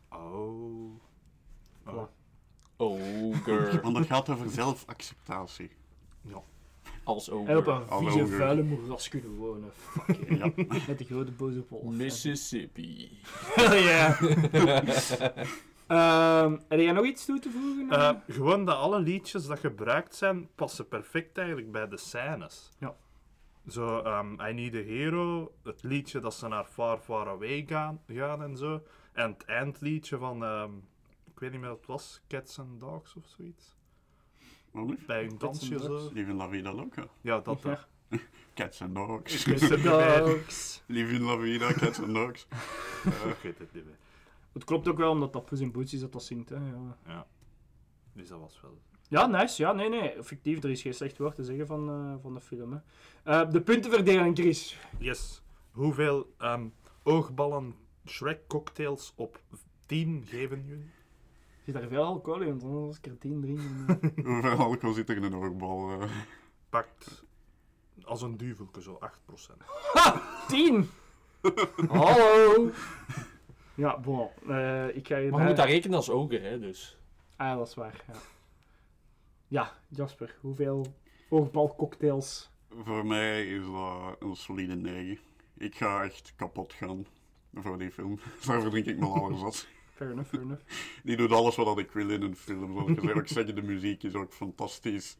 S6: Oh, girl.
S11: Want dat gaat over zelfacceptatie.
S12: Ja.
S6: Als ogre.
S10: En op een vieze, vuile moeras kunnen wonen. Fuck yeah. Ja. Met de grote boze wolf.
S6: Mississippi.
S10: Hell yeah. Heb jij nog iets toe te voegen?
S12: Gewoon dat alle liedjes dat gebruikt zijn, passen perfect eigenlijk bij de scènes.
S10: Ja.
S12: Zo, I Need a Hero, het liedje dat ze naar Far Far Away gaan en zo. En het eindliedje van, ik weet niet meer wat het was, Cats and Dogs of zoiets. Bij een dansje zo.
S11: Live in la vida loca.
S12: Ja, dat
S10: ja.
S11: Cats and Dogs.
S10: Cats and Dogs.
S11: Live in la vida, Cats and Dogs.
S12: Ik weet het niet meer.
S10: Het klopt ook wel, omdat dat Puss in Boots is dat zingt. Hè?
S12: Ja. Dus dat was wel...
S10: Ja, nice. Ja, nee. Effectief, er is geen slecht woord te zeggen van de film. Hè. De puntenverdeling, Chris.
S12: Yes. Hoeveel oogballen Shrek cocktails op 10 geven jullie?
S10: Zit daar veel alcohol in? Want anders als ik er 10 drink...
S11: Hoeveel alcohol zit er in een oogbal?
S12: Pakt als een duvelke zo 8%.
S10: Ha! 10! Hallo! Ja, bon. Ik ga je
S6: maar je moet dat rekenen als oger, hè, dus.
S10: Ah, dat is waar, ja. Ja, Jasper, hoeveel oogbalcocktails?
S11: Voor mij is dat een solide 9. Ik ga echt kapot gaan voor die film. Daarvoor drink ik me alles zat.
S10: Fair enough.
S11: Die doet alles wat ik wil in een film. Zoals ik ook zeg, de muziek is ook fantastisch.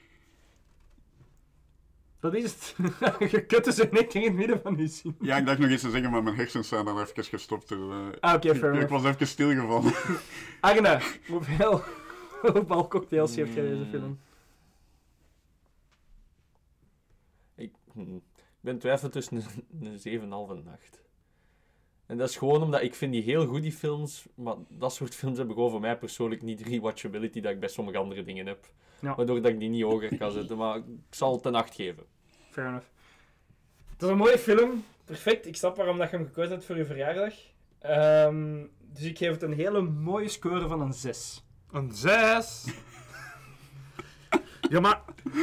S10: Dat is het. Je kunt dus in één keer in het midden van je zin.
S11: Ja, ik dacht nog iets te zeggen, maar mijn hersens zijn dan even gestopt.
S10: Oké, fair enough.
S11: Ik was even stilgevallen.
S10: Arne, hoeveel oogbalcocktails geeft jij deze film?
S6: Ik ben twijfel tussen een 7,5 en 8. En dat is gewoon omdat ik vind die heel goed, die films, maar dat soort films hebben gewoon voor mij persoonlijk niet rewatchability dat ik bij sommige andere dingen heb. Ja. Waardoor dat ik die niet hoger kan zetten, maar ik zal het een 8 geven.
S10: Fair enough. Het is een mooie film. Perfect. Ik snap waarom dat je hem gekozen hebt voor je verjaardag. Dus ik geef het een hele mooie score van een 6.
S12: Een 6? Ja, maar...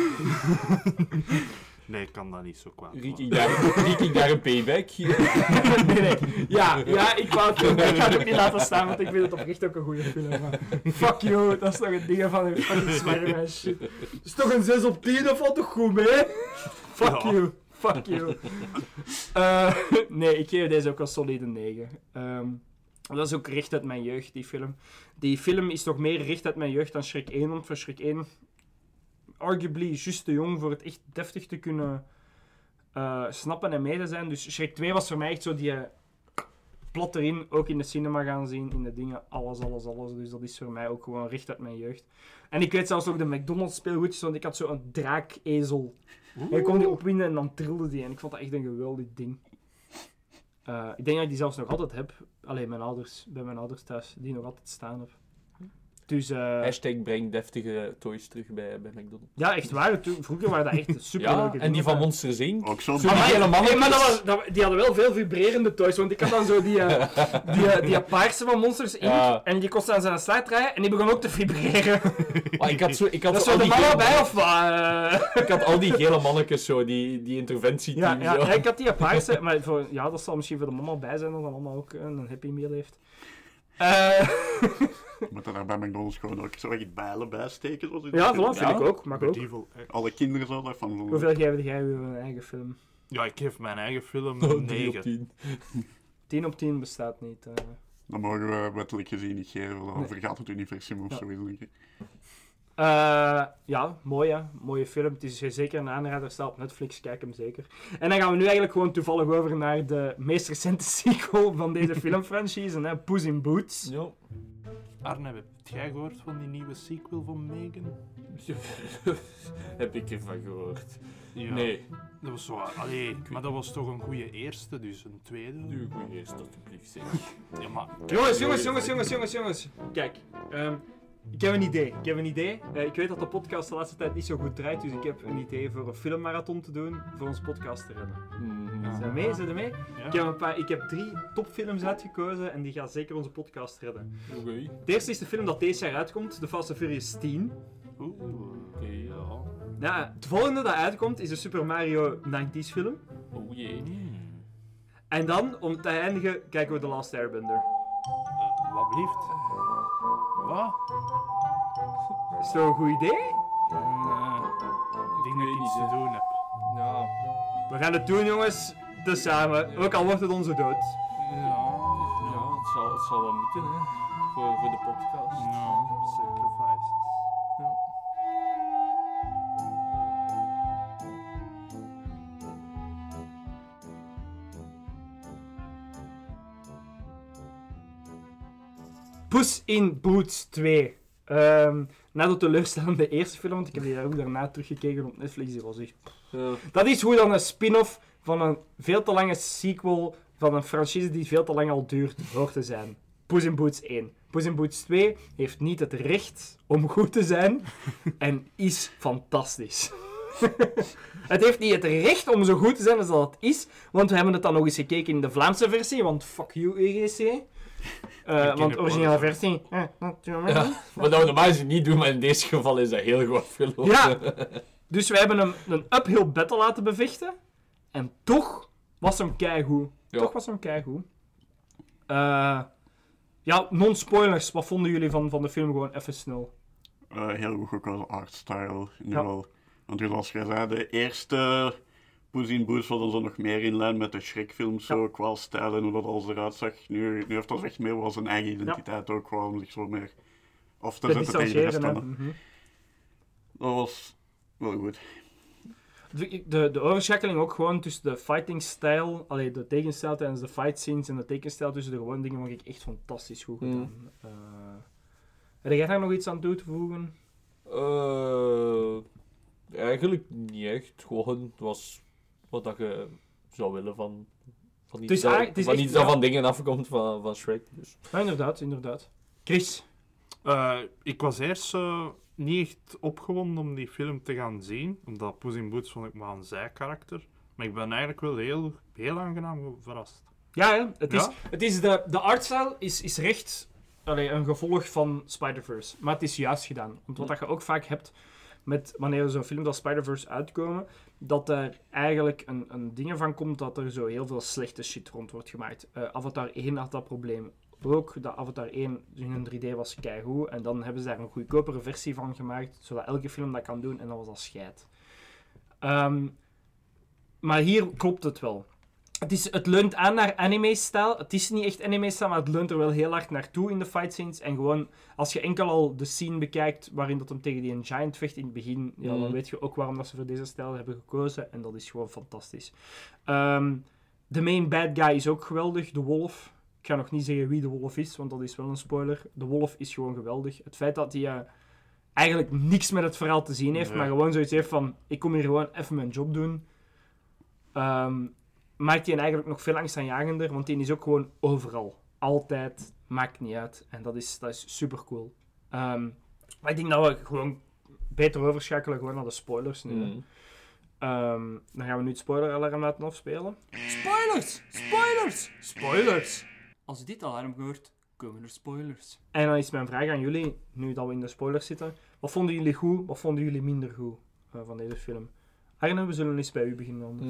S12: Nee, ik kan dat niet zo kwaad.
S6: Riek ik daar een payback?
S10: nee. Ja, ik wou het doen. Ik ga het ook niet laten staan, want ik vind het oprecht ook een goede film. Maar fuck you, dat is toch een ding van een fucking smerm en shit. Dat is toch een 6 op 10, dat valt toch goed mee? Fuck you. Nee, ik geef deze ook een solide 9. Dat is ook recht uit mijn jeugd, die film. Die film is toch meer recht uit mijn jeugd dan Shrek 1, want voor Shrek 1... arguably juist te jong voor het echt deftig te kunnen snappen en mee te zijn. Dus Shrek 2 was voor mij echt zo die plat erin, ook in de cinema gaan zien, in de dingen, alles. Dus dat is voor mij ook gewoon recht uit mijn jeugd. En ik weet zelfs nog de McDonald's speelgoedjes, want ik had zo een draakezel. En ik kon die opwinden en dan trilde die. En ik vond dat echt een geweldig ding. Ik denk dat ik die zelfs nog altijd heb. Alleen bij mijn ouders thuis, die nog altijd staan heb. Dus,
S6: hashtag breng deftige toys terug bij McDonald's.
S10: Ja, echt waar. Vroeger waren dat echt super leuke dingen.
S6: En die van Monsters Inc.
S11: Ook zo.
S10: Die hadden wel veel vibrerende toys. Want ik had dan zo die paarse van Monsters Inc. Ja. En die kostte aan zijn slaat draaien. En die begon ook te vibreren.
S6: Maar ik had
S10: dat is zo de mannen bij of wat?
S6: Ik had al die gele mannetjes zo, die interventieteam.
S10: Ja, ik had die paarse. Maar dat zal misschien voor de mama bij zijn. Dat dan allemaal ook een Happy Meal heeft.
S11: Moet er daar bij McDonald's gewoon ook zo echt bijlen bijsteken?
S10: Ja, voilà, vind ik ook. Mag ook.
S11: Alle kinderen zo dat van...
S10: Hoeveel geef jij uw eigen film?
S12: Ja, ik geef mijn eigen film een 9.
S6: 10 op 10.
S10: 10 op 10 bestaat niet.
S11: Dan mogen we wettelijk gezien niet geven, dan vergaat het universum of zoiets, denk ik.
S10: Ja, mooi hè. Mooie film. Het is zeker een aanrader. Staat op Netflix, kijk hem zeker. En dan gaan we nu eigenlijk gewoon toevallig over naar de meest recente sequel van deze filmfranchise, hè? Puss in Boots.
S6: Ja.
S12: Arne, heb jij gehoord van die nieuwe sequel van Megan?
S6: Heb ik ervan gehoord.
S12: Ja,
S6: nee.
S12: Dat was zo... maar dat was toch een goede eerste, dus een tweede?
S6: Een goede eerste, alsjeblieft, zeg.
S12: Ja, maar...
S10: Jongens. Kijk, ik heb een idee. Ik weet dat de podcast de laatste tijd niet zo goed draait, dus ik heb een idee voor een filmmarathon te doen, voor onze podcast te redden. Zijn we mee? Ja. Ik heb 3 topfilms uitgekozen en die gaan zeker onze podcast redden.
S6: Okay.
S10: De eerste is de film dat deze jaar uitkomt, The Fast and Furious 10.
S6: Ja.
S10: Ja, het volgende dat uitkomt is de Super Mario 90s film.
S6: Oh jee.
S10: En dan, om te eindigen, kijken we The Last Airbender.
S12: Wat blieft? Wat?
S10: Is dat een goed idee?
S12: Ik denk dat ik iets te doen heb.
S6: Ja.
S10: We gaan het doen, jongens. Tezamen. Ook al wordt het onze dood.
S6: Ja, het Het zal wel moeten, hè. Voor de podcast.
S12: Ja, sacrifices.
S6: Ja.
S10: Puss in Boots 2. Na de teleurstellende eerste film, want ik heb die ook daarna teruggekeken op Netflix, die was echt...
S6: Ja.
S10: Dat is hoe dan een spin-off van een veel te lange sequel van een franchise die veel te lang al duurt, hoort te zijn. Puss in Boots 1. Puss in Boots 2 heeft niet het recht om goed te zijn en is fantastisch. Het heeft niet het recht om zo goed te zijn als dat het is, want we hebben het dan nog eens gekeken in de Vlaamse versie, want fuck you UGC. Want de originele versie... natuurlijk.
S6: Ja, wat we normaal niet doen, maar in deze geval is dat heel goed afgelopen.
S10: Ja, dus wij hebben hem een uphill battle laten bevechten. En toch was hem keigoed.
S6: Ja.
S10: Toch was hem keigoed. Ja, non-spoilers. Wat vonden jullie van de film gewoon even snel?
S11: Heel goed ook als artstyle. In ieder geval. Want zoals jij zei, de eerste Puss in Boots was dan zo nog meer in lijn met de Shrek-films, zo, qua stijl en hoe dat alles eruit zag. Nu heeft dat echt meer wel zijn eigen identiteit ook, wel, om zich zo meer af te zetten tegen de rest van Dat was wel goed.
S10: De overschakeling ook gewoon tussen de fighting style, de tekenstijl tijdens de fight scenes en de tekenstijl tussen de gewone dingen, vond ik echt fantastisch goed gedaan. Heb jij daar nog iets aan toe te voegen?
S6: Eigenlijk niet echt. Gewoon, het was wat dat je zou willen van iets dat van dingen afkomt van Shrek. Dus.
S10: Ja, inderdaad. Chris?
S12: Ik was eerst niet echt opgewonden om die film te gaan zien, omdat Puss in Boots vond ik maar een zijkarakter. Maar ik ben eigenlijk wel heel aangenaam verrast.
S10: Ja, hè? Het is de artstyle is recht een gevolg van Spider-Verse. Maar het is juist gedaan. Want wat je ook vaak hebt met wanneer zo'n film als Spider-Verse uitkomen, dat er eigenlijk een ding van komt dat er zo heel veel slechte shit rond wordt gemaakt. Avatar 1 had dat probleem ook. Dat Avatar 1 in hun 3D was keigoed. En dan hebben ze daar een goedkopere versie van gemaakt, zodat elke film dat kan doen. En dat was al scheid. Maar hier klopt het wel. Het leunt aan naar anime-stijl. Het is niet echt anime-stijl, maar het leunt er wel heel hard naartoe in de fight scenes. En gewoon, als je enkel al de scene bekijkt waarin dat hem tegen die giant vecht in het begin, dan weet je ook waarom dat ze voor deze stijl hebben gekozen. En dat is gewoon fantastisch. De main bad guy is ook geweldig, de wolf. Ik ga nog niet zeggen wie de wolf is, want dat is wel een spoiler. De wolf is gewoon geweldig. Het feit dat hij eigenlijk niks met het verhaal te zien heeft, maar gewoon zoiets heeft van, ik kom hier gewoon even mijn job doen. Maakt hij eigenlijk nog veel angstaanjagender, want die is ook gewoon overal. Altijd, maakt niet uit. En dat is super cool. Maar ik denk dat we gewoon beter overschakelen gewoon naar de spoilers nu. Dan gaan we nu het spoiler-alarm laten afspelen. Spoilers! Als je dit alarm hoort, komen er spoilers. En dan is mijn vraag aan jullie, nu dat we in de spoilers zitten. Wat vonden jullie goed, wat vonden jullie minder goed van deze film? Arne, we zullen eens bij u beginnen anders.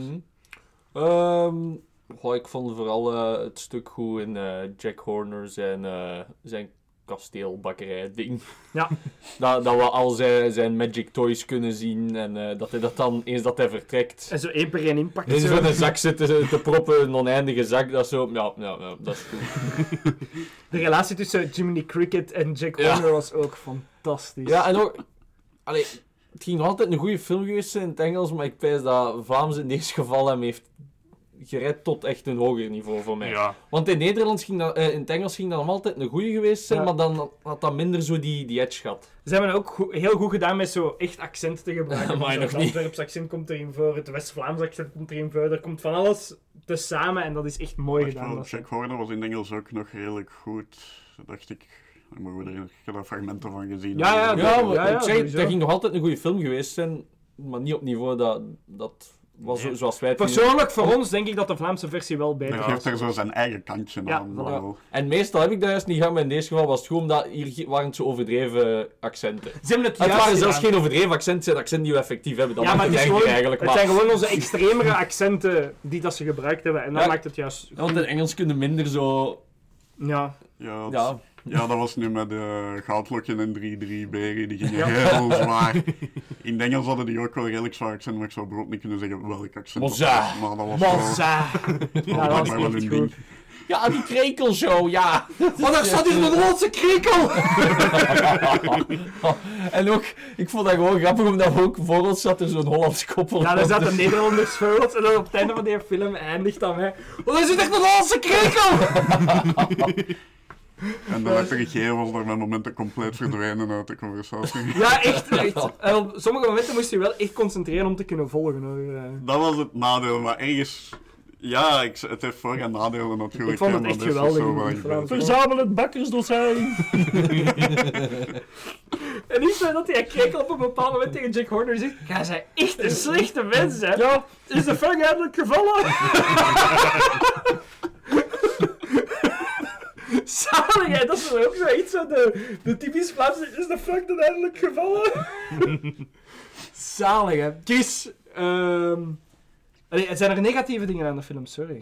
S6: Ik vond vooral het stuk goed in Jack Horner zijn kasteelbakkerij-ding.
S10: Ja.
S6: dat we al zijn magic toys kunnen zien en dat hij dat dan, eens dat hij vertrekt...
S10: En zo 1 per 1 inpakt.
S6: In zo'n zak zitten te proppen, een oneindige zak, dat is zo... Ja, dat is goed.
S10: De relatie tussen Jiminy Cricket en Jack Horner was ook fantastisch.
S6: Ja, en ook... Het ging nog altijd een goede film geweest zijn in het Engels, maar ik pijs dat Vlaams in deze geval hem heeft gered tot echt een hoger niveau voor mij.
S12: Ja.
S6: Want in Nederlands ging dat, in het Engels ging dat nog altijd een goede geweest zijn, maar dan had dat minder zo die edge gehad.
S10: Ze hebben het ook heel goed gedaan met zo echt accent te gebruiken.
S6: Maar nog
S10: het Antwerps accent komt erin voor, het West-Vlaams accent komt erin voor. Er komt van alles tezamen en dat is echt mooi gedaan.
S11: Jack Horner was in het Engels ook nog redelijk goed, dacht ik. Ik heb daar fragmenten van gezien.
S6: Dat ging nog altijd een goede film geweest zijn, maar niet op niveau dat was zoals wij het
S10: persoonlijk voor ons denk ik dat de Vlaamse versie wel beter is.
S11: Hij heeft er zo zijn eigen kantje aan.
S6: Ja. En meestal heb ik dat juist niet gehad, maar in deze geval was het gewoon omdat hier waren het zo overdreven accenten.
S10: Het
S6: waren zelfs geen overdreven accenten, het zijn accenten die we effectief hebben. Dat
S10: maar het zijn gewoon onze extremere accenten die dat ze gebruikt hebben en dat maakt het juist goed.
S6: Want in Engels kunnen minder zo...
S10: Ja.
S11: Ja, dat was nu met Goudlokje en 3 beren. Die gingen heel zwaar. In het Engels hadden die ook wel redelijk zwaar accent, maar ik zou brood niet kunnen zeggen welk accent.
S6: Mozza!
S11: Maar dat was
S10: Mozza!
S11: Ja, dat was wel een ding.
S6: Ja, die krekelshow, ja.
S10: Oh, daar staat hier een Hollandse krekel!
S6: En ook, ik vond dat gewoon grappig, omdat ook voor ons zat er zo'n Hollands koppel.
S10: Ja, daar zaten Nederlanders voor ons en dan op het einde van die film eindigt dan hè. Oh, daar zit echt een Hollandse krekel!
S11: En dan achter het gegeven was er met momenten compleet verdwijnen uit de conversatie.
S10: Ja, echt. En op sommige momenten moest je wel echt concentreren om te kunnen volgen. Hoor.
S11: Dat was het nadeel, maar ergens... Ja, het heeft voor- en nadelen natuurlijk.
S10: Ik vond het echt geweldig.
S6: Verzamel het bakkersdozijn!
S10: En niet zo dat hij krekel op een bepaald moment tegen Jack Horner zegt: jij bent echt een slechte mens, hè? Ja, is de fuck eindelijk gevallen? Zalig, hè? Dat is ook zoiets van de typisch Vlaamse: is de fuck dan eindelijk gevallen? Zalig, hè? Chris, zijn er negatieve dingen aan de film? Sorry.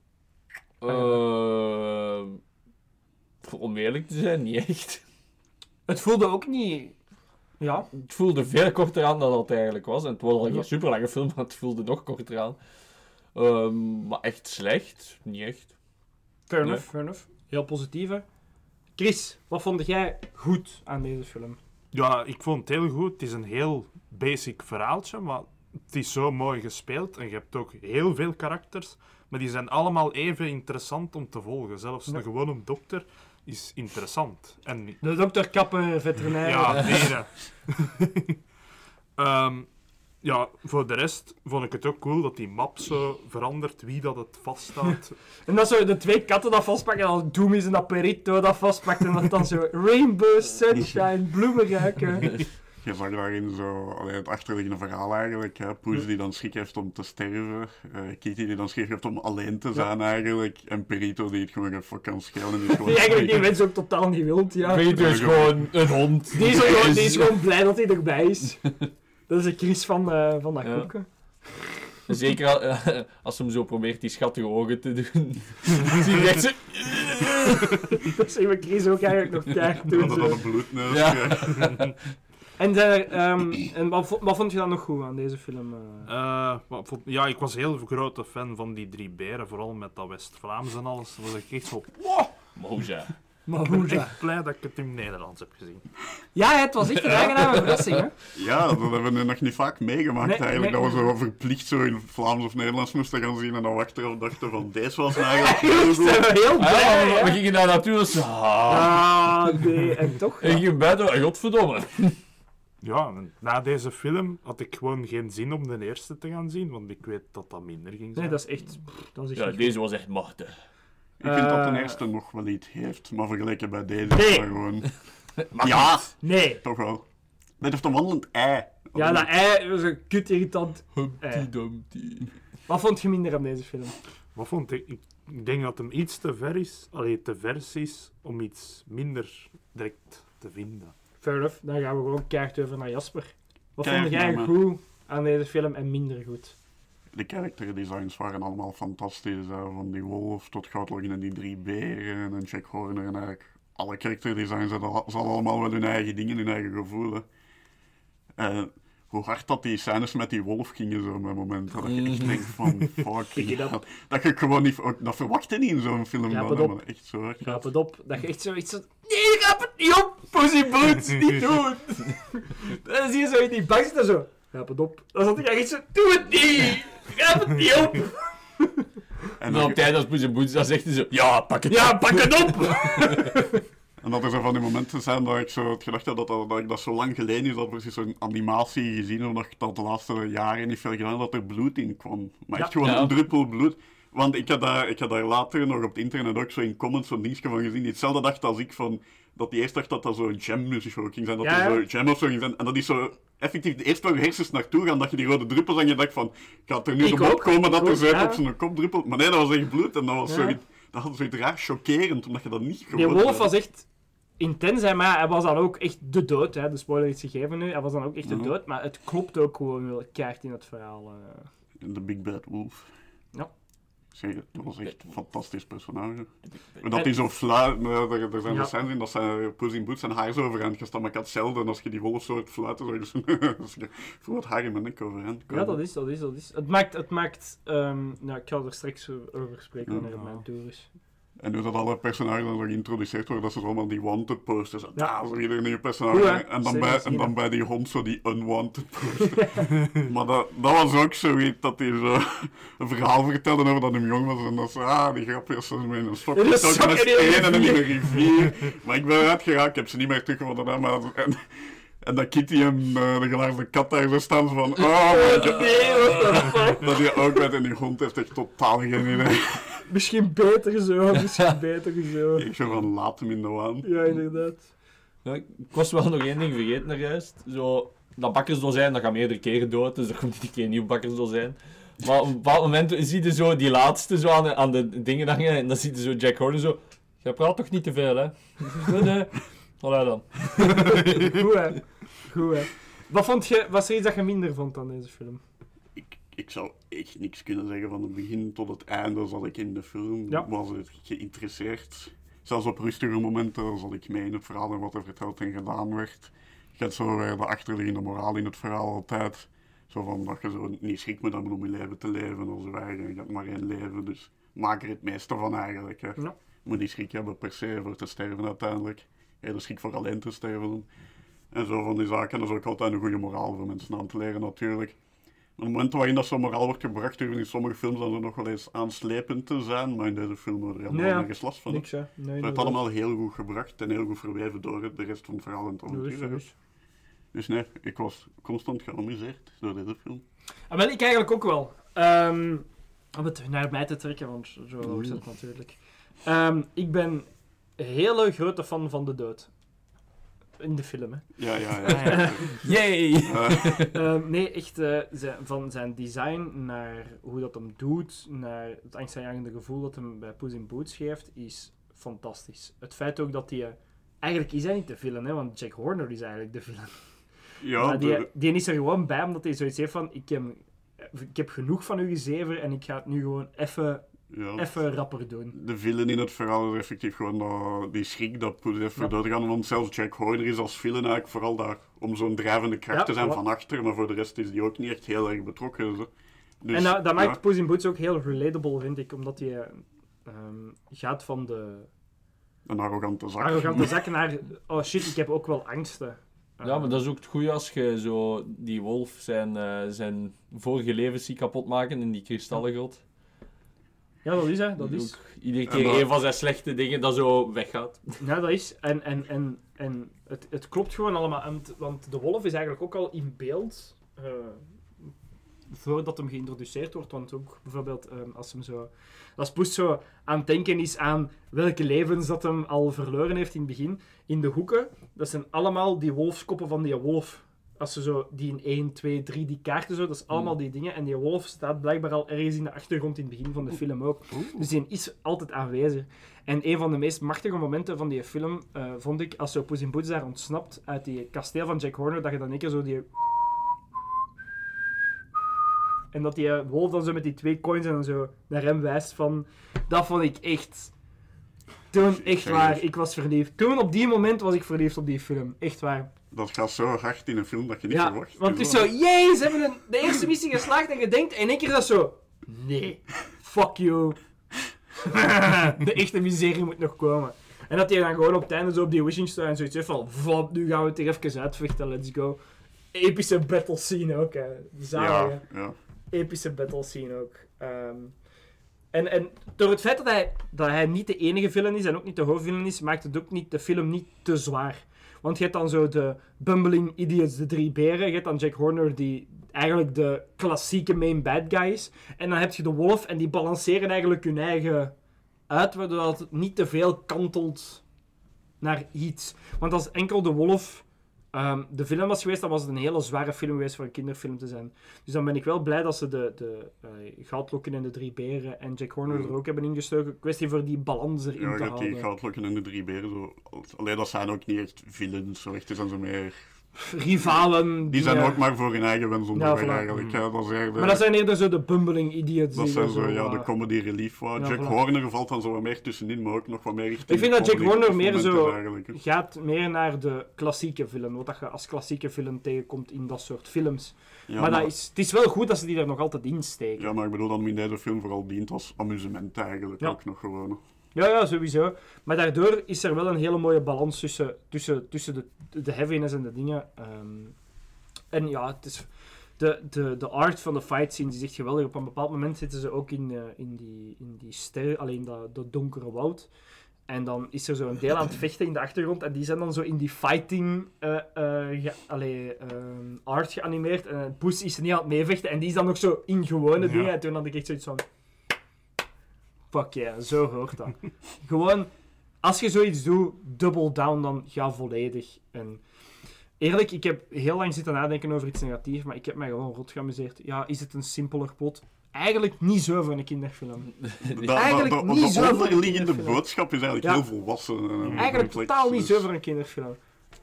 S6: Om eerlijk te zijn, niet echt.
S10: Het voelde ook niet... Ja.
S6: Het voelde veel korter aan dan het eigenlijk was. En het was al geen super lange film, maar het voelde nog korter aan. Maar echt slecht? Niet echt.
S10: Fair enough. Heel positieve. Chris, wat vond jij goed aan deze film?
S12: Ja, ik vond het heel goed. Het is een heel basic verhaaltje, maar het is zo mooi gespeeld. En je hebt ook heel veel karakters, maar die zijn allemaal even interessant om te volgen. Zelfs de gewone dokter is interessant. En...
S10: De dokter Kappen, veterinair.
S12: Ja, dieren. Ja, voor de rest vond ik het ook cool dat die map zo verandert wie dat het vaststaat.
S10: En dat zo de 2 katten dat vastpakken, en dan Doom is en dat Perito dat vastpakt en dat dan zo Rainbow, Sunshine, bloemen ruiken.
S11: Je zag daarin zo het achterliggende verhaal eigenlijk. Hè. Poes die dan schrik heeft om te sterven. Kitty die dan schrik heeft om alleen te zijn eigenlijk. En Perito die het gewoon geen fuck kan schelen.
S10: Die eigenlijk die mensen ook totaal niet wilt, ja.
S6: Perito is gewoon een hond.
S10: Die is gewoon blij dat hij erbij is. Dat is de Chris van dat koeken.
S6: Zeker als ze hem zo probeert die schattige ogen te doen. Zie je echt zo...
S10: Dat zien we Chris ook eigenlijk nog keihard doen.
S11: Dat een bloedneus.
S6: Ja.
S10: En wat vond je dan nog goed aan deze film?
S12: Ja, ik was heel grote fan van die 3 beren, vooral met dat West-Vlaams en alles. Dan was ik echt zo... Wow!
S6: Moza.
S12: Ik ben echt blij dat ik het in het Nederlands heb gezien.
S10: Ja, het was echt een aangename verrassing, hè?
S11: Ja, dat hebben we nu nog niet vaak meegemaakt eigenlijk. Dat we zo verplicht zo in Vlaams of Nederlands moesten gaan zien en dan achteraf dachten van deze was eigenlijk heel goed.
S10: Heel blij,
S6: we gingen daar naartoe zo...
S10: nee, en toch?
S6: En je buiten, godverdomme.
S12: Ja, na deze film had ik gewoon geen zin om de eerste te gaan zien, want ik weet dat dat minder ging zijn.
S10: Nee, dat is echt...
S6: Ja, deze was echt machtig.
S11: Ik vind dat de eerste nog wel iets heeft, maar vergeleken bij deze
S10: Nee.
S11: is dat gewoon... Ja!
S10: Nee.
S11: Toch wel. Dat heeft een wandelend ei.
S10: Ja, dat ei was een kut irritant.
S6: Humpty Dumpty.
S10: Wat vond je minder aan deze film?
S12: Wat vond ik? Ik denk dat hem iets te ver is, te vers is, om iets minder direct te vinden.
S10: Fair enough, dan gaan we gewoon keihard over naar Jasper. Wat
S11: Kijk,
S10: vond jij
S11: maar.
S10: goed aan deze film en minder goed?
S11: De characterdesigns waren allemaal fantastisch. Van die wolf tot Goudloggen en die 3 beren en Jack Horner. En eigenlijk alle characterdesigns hadden allemaal wel hun eigen dingen, hun eigen gevoelen. Hoe hard dat die scènes met die wolf gingen zo met momenten. Dat je echt denkt van, fuck. Dat je gewoon niet... Dat verwacht je niet in zo'n film.
S10: Grap
S11: Dan,
S10: het op.
S11: echt zo hard.
S10: Grap het op. Dat je echt zoiets van... Nee, grap het niet op! Pussy Boots, niet doen! Dan zie je zo in die bank zitten zo... Grap het op. Dan zat ik echt zo... Doe het niet! Grap het niet op!
S6: En dan op tijd als Puss in Boots, dan zegt hij zo... Ja, pak het
S10: Ja, pak het op!
S11: En dat er zo van die momenten zijn dat ik zo het gedacht heb dat ik dat zo lang geleden is, dat precies zo'n animatie gezien heb, dat ik dat de laatste jaren niet veel gedaan dat er bloed in kwam. Maar echt gewoon een druppel bloed. Want ik had daar later nog op het internet ook zo in comments zo'n dingetje van gezien, die hetzelfde dacht als ik van, dat die eerst dacht dat dat zo'n jam-muziek ging zijn, dat er zo jam of zo ging zijn. En dat is zo effectief de eerste waar je hersens naartoe gaan, dat je die rode druppels en je dacht van, gaat er nu zo opkomen dat er zo op zijn kop druppelt. Maar nee, dat was echt bloed en dat was dat was zoiets raar chockerend, omdat je dat niet gewoon...
S10: Die wolf was echt intens, hè, maar hij was dan ook echt de dood. Hè. De spoiler is gegeven nu. Hij was dan ook echt de dood, maar het klopt ook gewoon wel keihard in het verhaal.
S11: De Big Bad Wolf.
S10: Ja.
S11: Zeker, dat was echt een fantastisch personage. Dat hij zo fluit, er zijn de scènes in dat zijn Puss in Boots zijn haar zo overeind gestaan, maar ik had hetzelfde en als je die wolf zo hoort fluiten, zo ik voel het haar in mijn nek overeind komen.
S10: Ja, dat is. Het maakt ik ga er straks over spreken wanneer het mijn tour is.
S11: En hoe dat alle personages dan zo geïntroduceerd worden, dat ze allemaal die wanted posters. Zo ieder nieuwe personage. En dan bij die hond zo die unwanted poster. Maar dat was ook zoiets dat hij zo een verhaal vertelde over dat hij jong was. En dat ze, die grapjes zo met een stok. Ook met steen en in een rivier. Maar ik ben eruit geraakt, ik heb ze niet meer teruggevonden. En dat Kitty en de gelaagde kat daar zo staan van... dat hij ook weet en die hond heeft echt totaal geen idee.
S10: Misschien beter zo.
S11: Ik zo van, laat hem in de waan.
S10: Ja, inderdaad.
S6: Ja, ik was wel nog één ding vergeten daar juist. Zo, dat bakkersdozijn, dat gaat meerdere keren dood, dus er komt niet een nieuw bakkersdozijn. Maar op een bepaald moment zie je zo die laatste zo aan de dingen hangen en dan zie je zo Jack Horner zo... Jij praat toch niet te veel, hè? Nee. Voilà dan.
S10: Goed, hè. Was er iets dat je minder vond aan deze film?
S11: Ik zou echt niks kunnen zeggen van het begin tot het einde zat ik in de film. Was ik geïnteresseerd. Zelfs op rustige momenten zat ik mee in het verhaal en wat er verteld en gedaan werd. Je hebt zo weer de achterliggende moraal in het verhaal altijd. Zo van dat je zo niet schrik moet hebben om je leven te leven als wij. Je hebt maar één leven, dus maak er het meeste van eigenlijk. Hè. Ja. Je moet niet schrik hebben per se voor te sterven uiteindelijk. Eerder schrik voor alleen te sterven. En zo van die zaken. Dat is ook altijd een goede moraal voor mensen aan te leren natuurlijk. Maar op het moment waarin dat zo'n moraal wordt gebracht, durven in sommige films dan nog wel eens aanslepend te zijn, maar in deze film worden er helemaal nergens last van.
S10: Niks, hè.
S11: Het werd allemaal heel goed gebracht en heel goed verweven door de rest van het verhaal en het avontuur. Dus nee, ik was constant geamuseerd door deze film.
S10: Wel, ik eigenlijk ook wel. Om het naar mij te trekken, want zo is het natuurlijk. Ik ben een hele grote fan van de dood. In de film, hè.
S11: Ja.
S6: Yay!
S10: Nee, echt, van zijn design naar hoe dat hem doet, naar het angstaanjagende gevoel dat hem bij Puss in Boots geeft, is fantastisch. Het feit ook dat hij... Eigenlijk is hij niet de villain, hè, want Jack Horner is eigenlijk de villain.
S11: Ja,
S10: maar die is er gewoon bij, omdat hij zoiets heeft van... Ik heb genoeg van u gezeven en ik ga het nu gewoon even rapper doen.
S11: De villain in het verhaal is effectief gewoon die schrik dat Puss heeft voor dood te gaan. Want zelfs Jack Horner is als villain eigenlijk vooral daar om zo'n drijvende kracht te zijn van achter. Maar voor de rest is die ook niet echt heel erg betrokken. Dus,
S10: en dat maakt Puss in Boots ook heel relatable, vind ik. Omdat hij gaat van
S11: een arrogante zak
S10: naar... Oh shit, ik heb ook wel angsten.
S6: Ja, maar dat is ook het goede als je zo die wolf zijn vorige levens ziet kapot maken in die kristallengrot.
S10: Ja, dat is hè. Dat is.
S6: Iedere keer een van zijn slechte dingen dat zo weggaat.
S10: Ja, dat is. En het klopt gewoon allemaal. Want de wolf is eigenlijk ook al in beeld voordat hem geïntroduceerd wordt. Want ook bijvoorbeeld als Poes zo aan het denken is aan welke levens dat hem al verloren heeft in het begin. In de hoeken, dat zijn allemaal die wolfskoppen van die wolf. Als ze zo die in 1, 2, 3, die kaarten zo, dat is allemaal die dingen. En die wolf staat blijkbaar al ergens in de achtergrond in het begin van de film ook. Dus die is altijd aanwezig. En een van de meest machtige momenten van die film vond ik, als zo Puss in Boots daar ontsnapt uit die kasteel van Jack Horner, dat je dan een keer zo die... En dat die wolf dan zo met die 2 coins en dan zo naar hem wijst van... Dat vond ik echt... Toen, echt waar, ik was verliefd. Toen, op die moment, was ik verliefd op die film. Echt waar.
S11: Dat gaat zo hard in een film dat je niet verwacht.
S10: Want het is zo, yay, ze hebben de eerste missie geslaagd en je denkt, en in één keer is dat zo... Nee, fuck you. De echte miserie moet nog komen. En dat hij dan gewoon op het einde zo op die wishing star en zoiets heeft van... Nu gaan we het er even uitvechten, let's go. Epische battle scene ook, hè. Zalig,
S11: ja.
S10: Epische battle scene ook. En door het feit dat hij niet de enige villain is en ook niet de hoofdvillain is, maakt het ook niet de film niet te zwaar. Want je hebt dan zo de bumbling idiots, de 3 beren. Je hebt dan Jack Horner, die eigenlijk de klassieke main bad guy is. En dan heb je de wolf en die balanceren eigenlijk hun eigen uit, waardoor het niet te veel kantelt naar iets. Want als enkel de wolf de film was geweest, dan was het een hele zware film geweest voor een kinderfilm te zijn. Dus dan ben ik wel blij dat ze de Goudlokken en de 3 beren en Jack Horner er ook hebben ingestoken. Kwestie voor die balans erin te houden.
S11: Ja, die Goudlokken en de 3 beren, zo, alleen dat zijn ook niet echt villains, zo echt zijn ze meer
S10: rivalen.
S11: Die zijn ook maar voor hun eigen wens onderweg eigenlijk. Ja, dat is
S10: maar dat zijn eerder zo de bumbling idiots.
S11: Dat zijn zo, de comedy relief. Jack Warner valt dan zo wat meer tussenin, maar ook nog wat meer richting.
S10: Ik vind dat Jack Warner meer zo gaat meer naar de klassieke film. Wat je als klassieke film tegenkomt in dat soort films. Ja, maar het is wel goed dat ze die er nog altijd in steken.
S11: Ja, maar ik bedoel dat hem in deze film vooral dient als amusement eigenlijk ook nog gewoon.
S10: Ja, sowieso. Maar daardoor is er wel een hele mooie balans tussen de heaviness en de dingen. En ja, het is de art van de fight scenes is echt geweldig. Op een bepaald moment zitten ze ook in die ster, alleen dat donkere woud. En dan is er zo een deel aan het vechten in de achtergrond. En die zijn dan zo in die fighting art geanimeerd. En Poes is er niet aan het meevechten. En die is dan nog zo in gewone dingen. En toen had ik echt zoiets van... Fuck yeah, zo hoort dat. Gewoon, als je zoiets doet, double down, dan ga volledig. En eerlijk, ik heb heel lang zitten nadenken over iets negatiefs, maar ik heb mij gewoon rot geamuseerd. Ja, is het een simpeler plot? Eigenlijk niet zo voor een kinderfilm.
S11: De onderliggende boodschap is eigenlijk heel volwassen.
S10: Eigenlijk totaal niet zo voor een kinderfilm.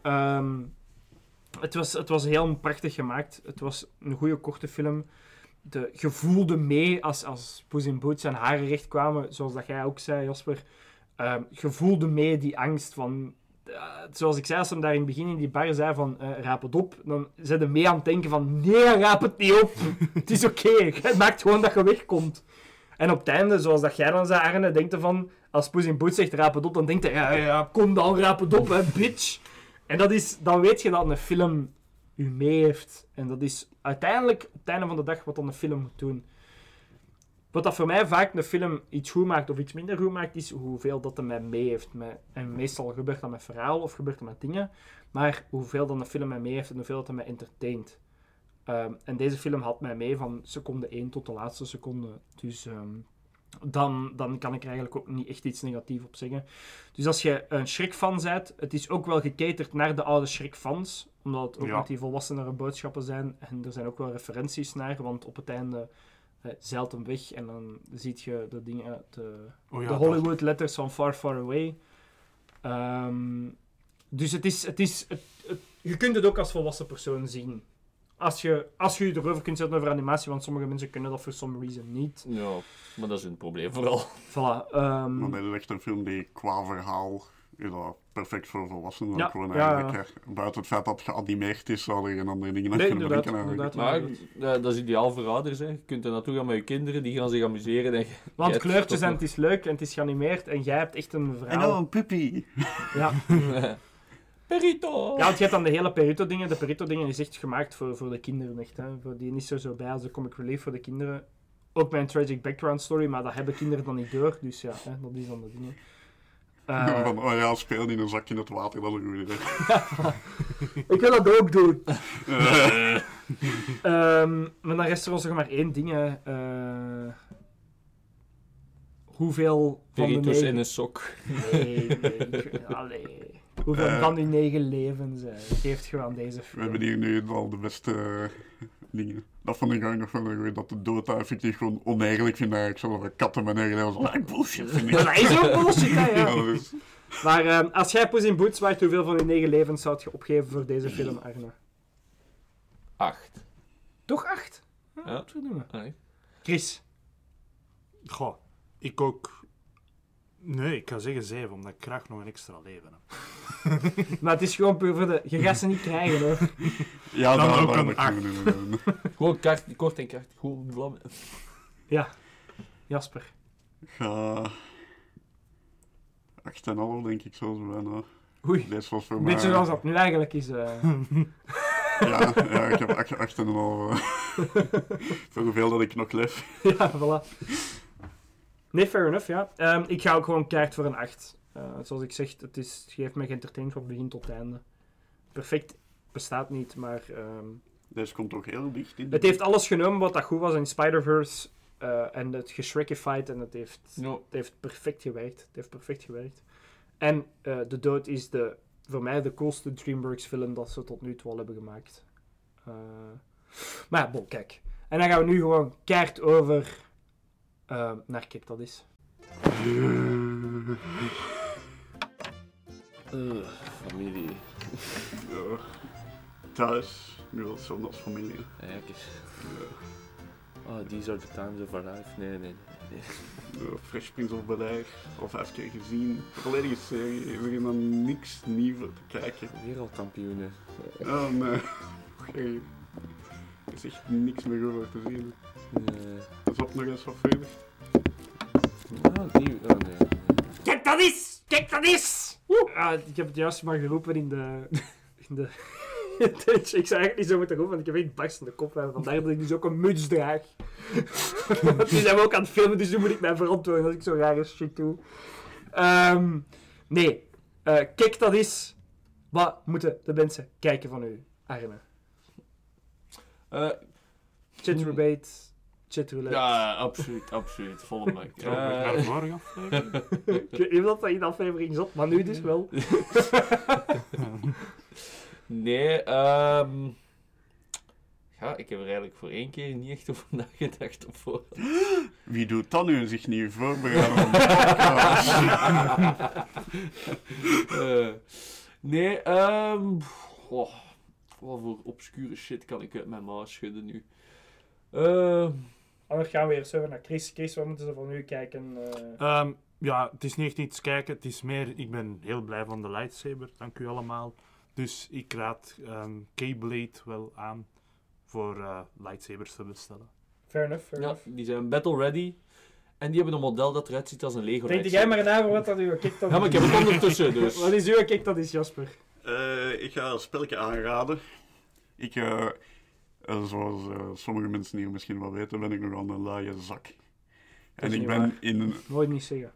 S10: Het was heel prachtig gemaakt. Het was een goede korte film. Je voelde mee als Puss in Boots zijn haren recht kwamen, zoals dat jij ook zei, Jasper. Je voelde mee die angst van... zoals ik zei, als ze daar in het begin in die bar zei van raap het op, dan zijn ze mee aan het denken van nee, raap het niet op. Het is oké. Het maakt gewoon dat je wegkomt. En op het einde, zoals dat jij dan zei, Arne, denkt er van... Als Puss in Boots zegt raap het op, dan denkt hij ja, kom dan, raap het op, hè, bitch. En dan weet je dat een film... u mee heeft. En dat is uiteindelijk op het einde van de dag wat dan een film moet doen. Wat dat voor mij vaak een film iets goed maakt of iets minder goed maakt, is hoeveel dat er mij mee heeft. En meestal gebeurt dat met verhaal of gebeurt dat met dingen. Maar hoeveel dan een film mij mee heeft en hoeveel dat er mij entertaint. En deze film had mij mee van seconde 1 tot de laatste seconde. Dus dan kan ik er eigenlijk ook niet echt iets negatiefs op zeggen. Dus als je een Shrek-fan bent, het is ook wel gecaterd naar de oude Shrek-fans. Omdat het ook met die volwassenere boodschappen zijn. En er zijn ook wel referenties naar, want op het einde zeilt hem weg en dan zie je de dingen, de Hollywood letters van Far Far Away. Dus je kunt het ook als volwassen persoon zien. Als je erover kunt zetten over animatie, want sommige mensen kunnen dat for some reason niet.
S6: Ja, maar dat is een probleem vooral.
S10: Voilà.
S11: Maar dit is echt een film die qua verhaal is dat perfect voor volwassenen. Ja, gewoon eigenlijk, buiten het feit dat het geanimeerd is, zal er geen andere dingen aan kunnen bedenken.
S6: Maar dat is ideaal voor ouders. Hè. Je kunt er naartoe gaan met je kinderen, die gaan zich amuseren. En
S10: want kleurtjes en het is leuk en het is geanimeerd en jij hebt echt een verhaal.
S11: En nou een puppy.
S10: Ja.
S6: Perito!
S10: Ja, want je hebt dan de hele Perito-dingen. De Perito-dingen is echt gemaakt voor de kinderen. Echt, hè. Voor die niet zo bij als de comic relief voor de kinderen. Ook bij een tragic background story, maar dat hebben kinderen dan niet door. Dus ja, hè, dat is dan de dingen.
S11: Van, speel in een zakje in het water, dat is een goed idee.
S10: Ik wil dat ook doen. Maar dan rest er ons nog maar één ding. Hoeveel van de 9...
S6: in een sok.
S10: Nee. Hoeveel van die 9 levens geeft je aan deze film?
S11: We hebben hier nu al de beste dingen. Dat vond ik ook nog wel goed, dat de dood effectief gewoon oneigenlijk vind. Ik zal over katten met negen bullshit vind ik.
S10: Dat is ook bullshit, hè, ja. Dus. Maar als jij Puss in Boots waart, hoeveel van die 9 levens zou je opgeven voor deze film, Arne?
S6: 8.
S10: Toch 8?
S6: Ja.
S10: Chris?
S12: Goh, ik ook... Nee, ik ga zeggen 7, omdat ik graag nog een extra leven heb.
S10: Maar het is gewoon puur voor de... Je gaat ze niet krijgen, hoor.
S11: Ja,
S12: dan ook een 8.
S6: Gewoon kort en krachtig. Gewoon vlammen.
S10: Ja. Jasper?
S11: Ja... 8,5 denk ik zelfs bijna.
S10: Oei.
S11: Deze was voor
S10: mij... Beetje zoals dat nu eigenlijk is.
S11: Ja, ik heb 8,5. Voor hoeveel dat ik nog leef.
S10: Ja, voilà. Nee, fair enough, ja. Ik ga ook gewoon keihard voor een 8. Zoals ik zeg, het geeft me geëntertained van begin tot einde. Perfect bestaat niet, maar...
S11: Deze komt ook heel dicht in.
S10: Het heeft alles genomen wat dat goed was in Spider-Verse. En het geschreckified en het heeft perfect gewerkt. En de dood is voor mij de coolste DreamWorks film dat ze tot nu toe al hebben gemaakt. Maar ja, bon, kijk. En dan gaan we nu gewoon keihard over naar Kijk, dat is.
S6: Familie.
S11: thuis. Nu als zo'n als familie.
S6: Ja, kijk eens. Oh, These Are The Times of Our Life. Nee.
S11: Fresh Prince of Bel-Air. Al 5 keer gezien. Volledige serie. Er is dan niks nieuws te kijken.
S6: Wereldkampioenen.
S11: Oh nee. Okay. Er is echt niks meer over te zien. Dat is ook nog eens wat verder.
S6: Nee.
S1: Kijk dat is! Kijk dat is!
S10: Ik heb het juist maar geroepen in de... Ik zou eigenlijk niet zo moeten roepen, want ik heb echt barstende kop. Vandaar dat ik dus ook een muts draag. Want die zijn we ook aan het filmen, dus nu moet ik mij verantwoorden als ik zo rare shit doe. Nee. Kijk, dat is... Wat moeten de mensen kijken van u, Arne? Chatroulette, chatroulette.
S6: Ja, absoluut. Volle mic.
S12: Naar de vorige aflevering?
S10: Ik weet niet of dat in de aflevering zat, maar nu dus wel.
S6: Nee, ik heb er eigenlijk voor 1 keer niet echt over nagedacht op voorhand.
S11: Wie doet dat nu zich niet voorbereiden op de podcast?
S6: Nee, wat voor obscure shit kan ik uit mijn mouw schudden nu?
S10: Anders gaan we eerst over naar Chris. Chris, wat moeten ze van u kijken?
S12: Ja, het is niet echt iets kijken. Het is meer, ik ben heel blij van de lightsaber. Dank u allemaal. Dus ik raad Keyblade wel aan voor lightsabers te bestellen.
S10: Fair enough.
S6: Die zijn battle ready. En die hebben een model dat eruit ziet als een Lego.
S10: Denk jij maar na voor wat dat uw kick dat is.
S6: Ja, maar ik heb het ondertussen, dus.
S10: Wat is uw kick dat is, Jasper?
S11: Ik ga een spelletje aanraden. Zoals sommige mensen hier misschien wel weten, ben ik nogal een luie zak. En ik ben in een...
S10: Nooit niet zeggen.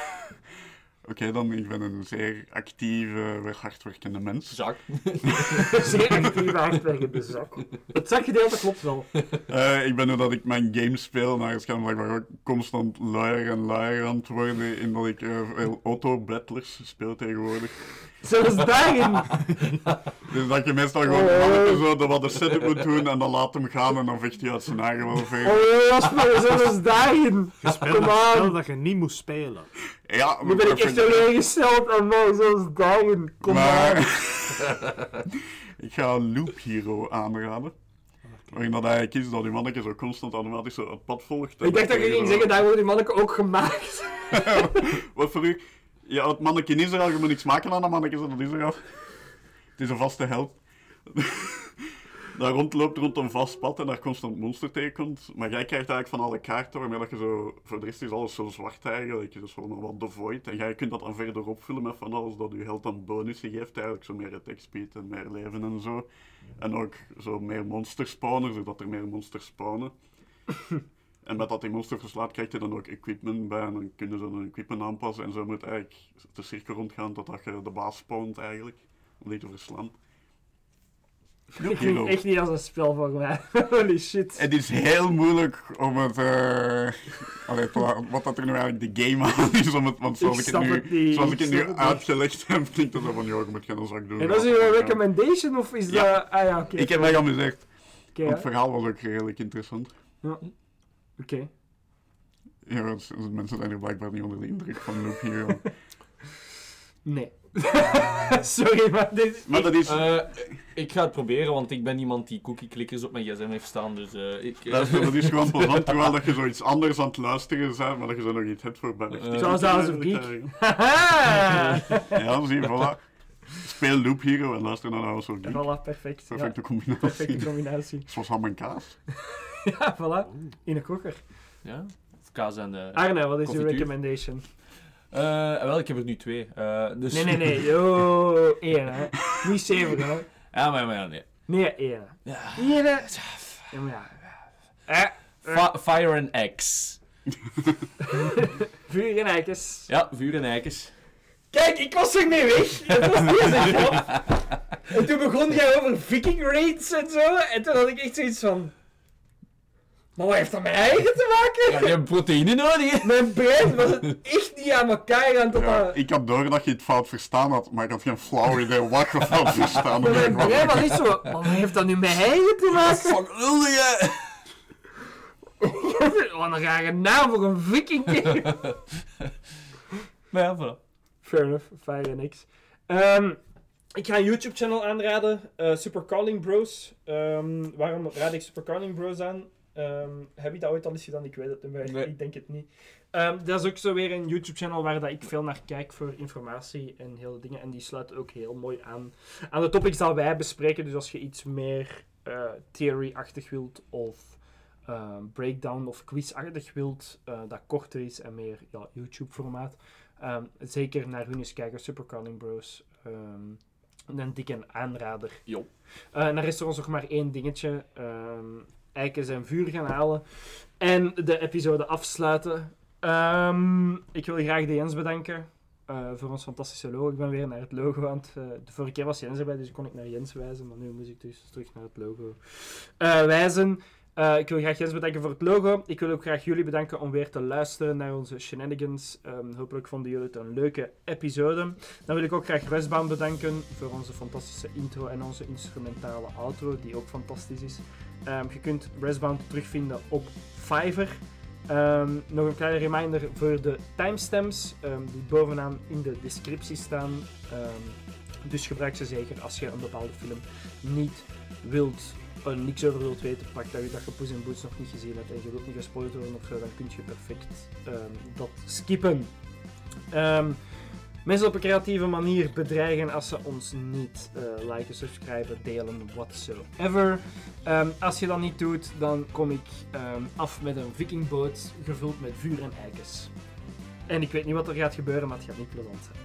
S11: Oké, dan, ik ben een zeer actieve, hardwerkende mens.
S6: Zak.
S10: Zeer actieve, hardwerkende zak. Het zakgedeelte klopt wel.
S11: Ik ben doordat ik mijn game speel, naar het schijnt ook constant luier en luier aan het worden, in dat ik veel auto-battlers speel tegenwoordig.
S10: Zelfs daarin!
S11: Dus dat je meestal gewoon zo de wat de setup moet doen en dan laat hem gaan en dan vecht hij uit zijn eigen welveer.
S10: Oh Jasper, zelfs daarin!
S12: Je speelt een spel dat je niet moest spelen.
S11: Ja,
S10: nu ben ik echt teleurgesteld aan mij, zelfs daarin. Kom maar.
S11: Ik ga Loop Hero aanraden. Waarin dat eigenlijk is dat die manneke zo constant automatisch zo het pad volgt.
S10: Ik dacht dat je ging zeggen, daar wordt die manneke ook gemaakt.
S11: Wat voor u? Ja, het manneke is er al, je moet niks maken aan dat manneke, dat is er al. Het is een vaste held. Daar rondloopt rond een vast pad en daar constant monster tegenkomt. Maar jij krijgt eigenlijk van alle kaarten, waarmee dat je zo... Voor de rest is alles zo zwart eigenlijk, dus gewoon wat The Void. En jij kunt dat dan verder opvullen met van alles dat je held dan bonussen geeft, eigenlijk zo meer attack speed en meer leven en zo. En ook zo meer monster spawnen, zodat er meer monsters spawnen. En met dat die monster verslaat, krijg je dan ook equipment bij en dan kunnen ze een equipment aanpassen. En zo moet eigenlijk de cirkel rondgaan totdat je de baas spawnt eigenlijk, om die te verslaan.
S10: Ik vind echt niet als een spel voor mij. Holy shit.
S11: Het is heel moeilijk om het... wat dat er nu eigenlijk de game aan is, om het, want zoals ik het nu uitgelegd heb, klinkt het zo van, joh, je moet geen zak doen.
S10: En dat is uw recommendation, of is dat... Ah ja, oké.
S11: Ik heb mij geamuseerd.
S10: Okay,
S11: het verhaal was ook redelijk interessant.
S10: Ja. Oké.
S11: Ja, mensen zijn er blijkbaar niet onder de indruk van Loop Hero.
S10: Nee. Sorry, maar dit is...
S11: Maar dat is...
S6: ik ga het proberen, want ik ben iemand die cookie-clickers op mijn gsm heeft staan, dus
S11: dat is gewoon plezant, terwijl dat je zoiets anders aan het luisteren bent, maar dat je zo nog iets hebt voor bij
S10: zoals House of Geek.
S11: Ja, zie je, voilà. Speel Loop Hero en luister naar House of Geek.
S10: Voilà, perfect.
S11: Perfecte combinatie.
S10: Perfecte combinatie.
S11: Zoals ham en kaas.
S10: Ja, voilà. In een koker.
S6: Ja, of kaas en
S10: Arne, wat is uw recommendation?
S6: Wel, ik heb er nu 2. Dus...
S10: Nee. Yo, 1, hè. Niet 7, hè.
S6: Ja, maar nee.
S10: Nee, 1.
S6: Ja.
S10: 1, hè. Ja, maar ja.
S6: Fire and Eggs.
S10: Vuur en eikens.
S6: Ja, vuur en eikens.
S10: Kijk, ik was ermee weg. Het was deze grap. En toen begon jij over viking raids en zo. En toen had ik echt zoiets van... Maar wat heeft dat met eigen te maken?
S6: Ja, je hebt proteïne nodig.
S10: Mijn brein was het echt niet aan elkaar aan tot dat...
S11: Ik had door dat je het fout verstaan had, maar ik had geen flauw idee wat je fout verstaan had.
S10: Mijn brein was echt zo... Maar wat heeft dat nu met eigen te maken?
S6: Fuck, wilde je?
S10: Wat een rare naam voor een viking.
S6: Maar ja, voilà.
S10: Fair enough, fire en niks. Ik ga een YouTube-channel aanraden. Super Calling Bros. Waarom raad ik Super Calling Bros aan? Heb je dat ooit al eens gedaan? Ik weet het niet meer.
S6: Nee.
S10: Ik denk het niet. Dat is ook zo weer een YouTube-channel waar dat ik veel naar kijk voor informatie en hele dingen. En die sluit ook heel mooi aan de topics die wij bespreken. Dus als je iets meer theory-achtig wilt of breakdown of quiz-achtig wilt, dat korter is en meer YouTube-formaat. Zeker naar hun eens kijken, Super Calling Bros. Een dikke aanrader.
S6: Jo.
S10: En dan rest er ons nog maar één dingetje. Eikens en vuur gaan halen. En de episode afsluiten. Ik wil graag de Jens bedanken. Voor ons fantastische logo. Ik ben weer naar het logo aan het... de vorige keer was Jens erbij, dus kon ik naar Jens wijzen. Maar nu moet ik dus terug naar het logo wijzen. Ik wil graag Jens bedanken voor het logo. Ik wil ook graag jullie bedanken om weer te luisteren naar onze shenanigans. Hopelijk vonden jullie het een leuke episode. Dan wil ik ook graag Westbound bedanken voor onze fantastische intro en onze instrumentale outro, die ook fantastisch is. Je kunt Westbound terugvinden op Fiverr. Nog een kleine reminder voor de timestamps die bovenaan in de descriptie staan. Dus gebruik ze zeker als je een bepaalde film niet wilt... niks over wilt weten, pak dat je Puss in Boots nog niet gezien hebt en je wilt niet gespoild worden of zo, dan kun je perfect dat skippen. Mensen op een creatieve manier bedreigen als ze ons niet liken, subscriben, delen, whatsoever. Als je dat niet doet, dan kom ik af met een vikingboot gevuld met vuur en eikens. En ik weet niet wat er gaat gebeuren, maar het gaat niet plezant zijn.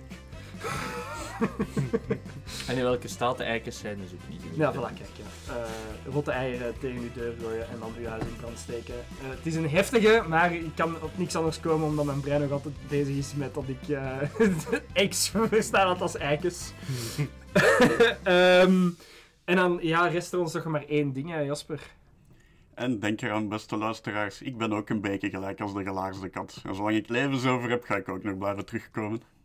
S6: En in welke staat de eikens zijn, is ook niet goed.
S10: Ja, voilà, kijk. Ja. Rotte eieren tegen je deur gooien en dan uw huis in brand steken. Het is een heftige, maar ik kan op niks anders komen omdat mijn brein nog altijd bezig is met dat ik eggs versta dat als eikens. En dan rest er ons nog maar één ding, hè, Jasper.
S11: En denk eraan, beste luisteraars, ik ben ook een beetje gelijk als de gelaarsde kat. En zolang ik levens over heb, ga ik ook nog blijven terugkomen.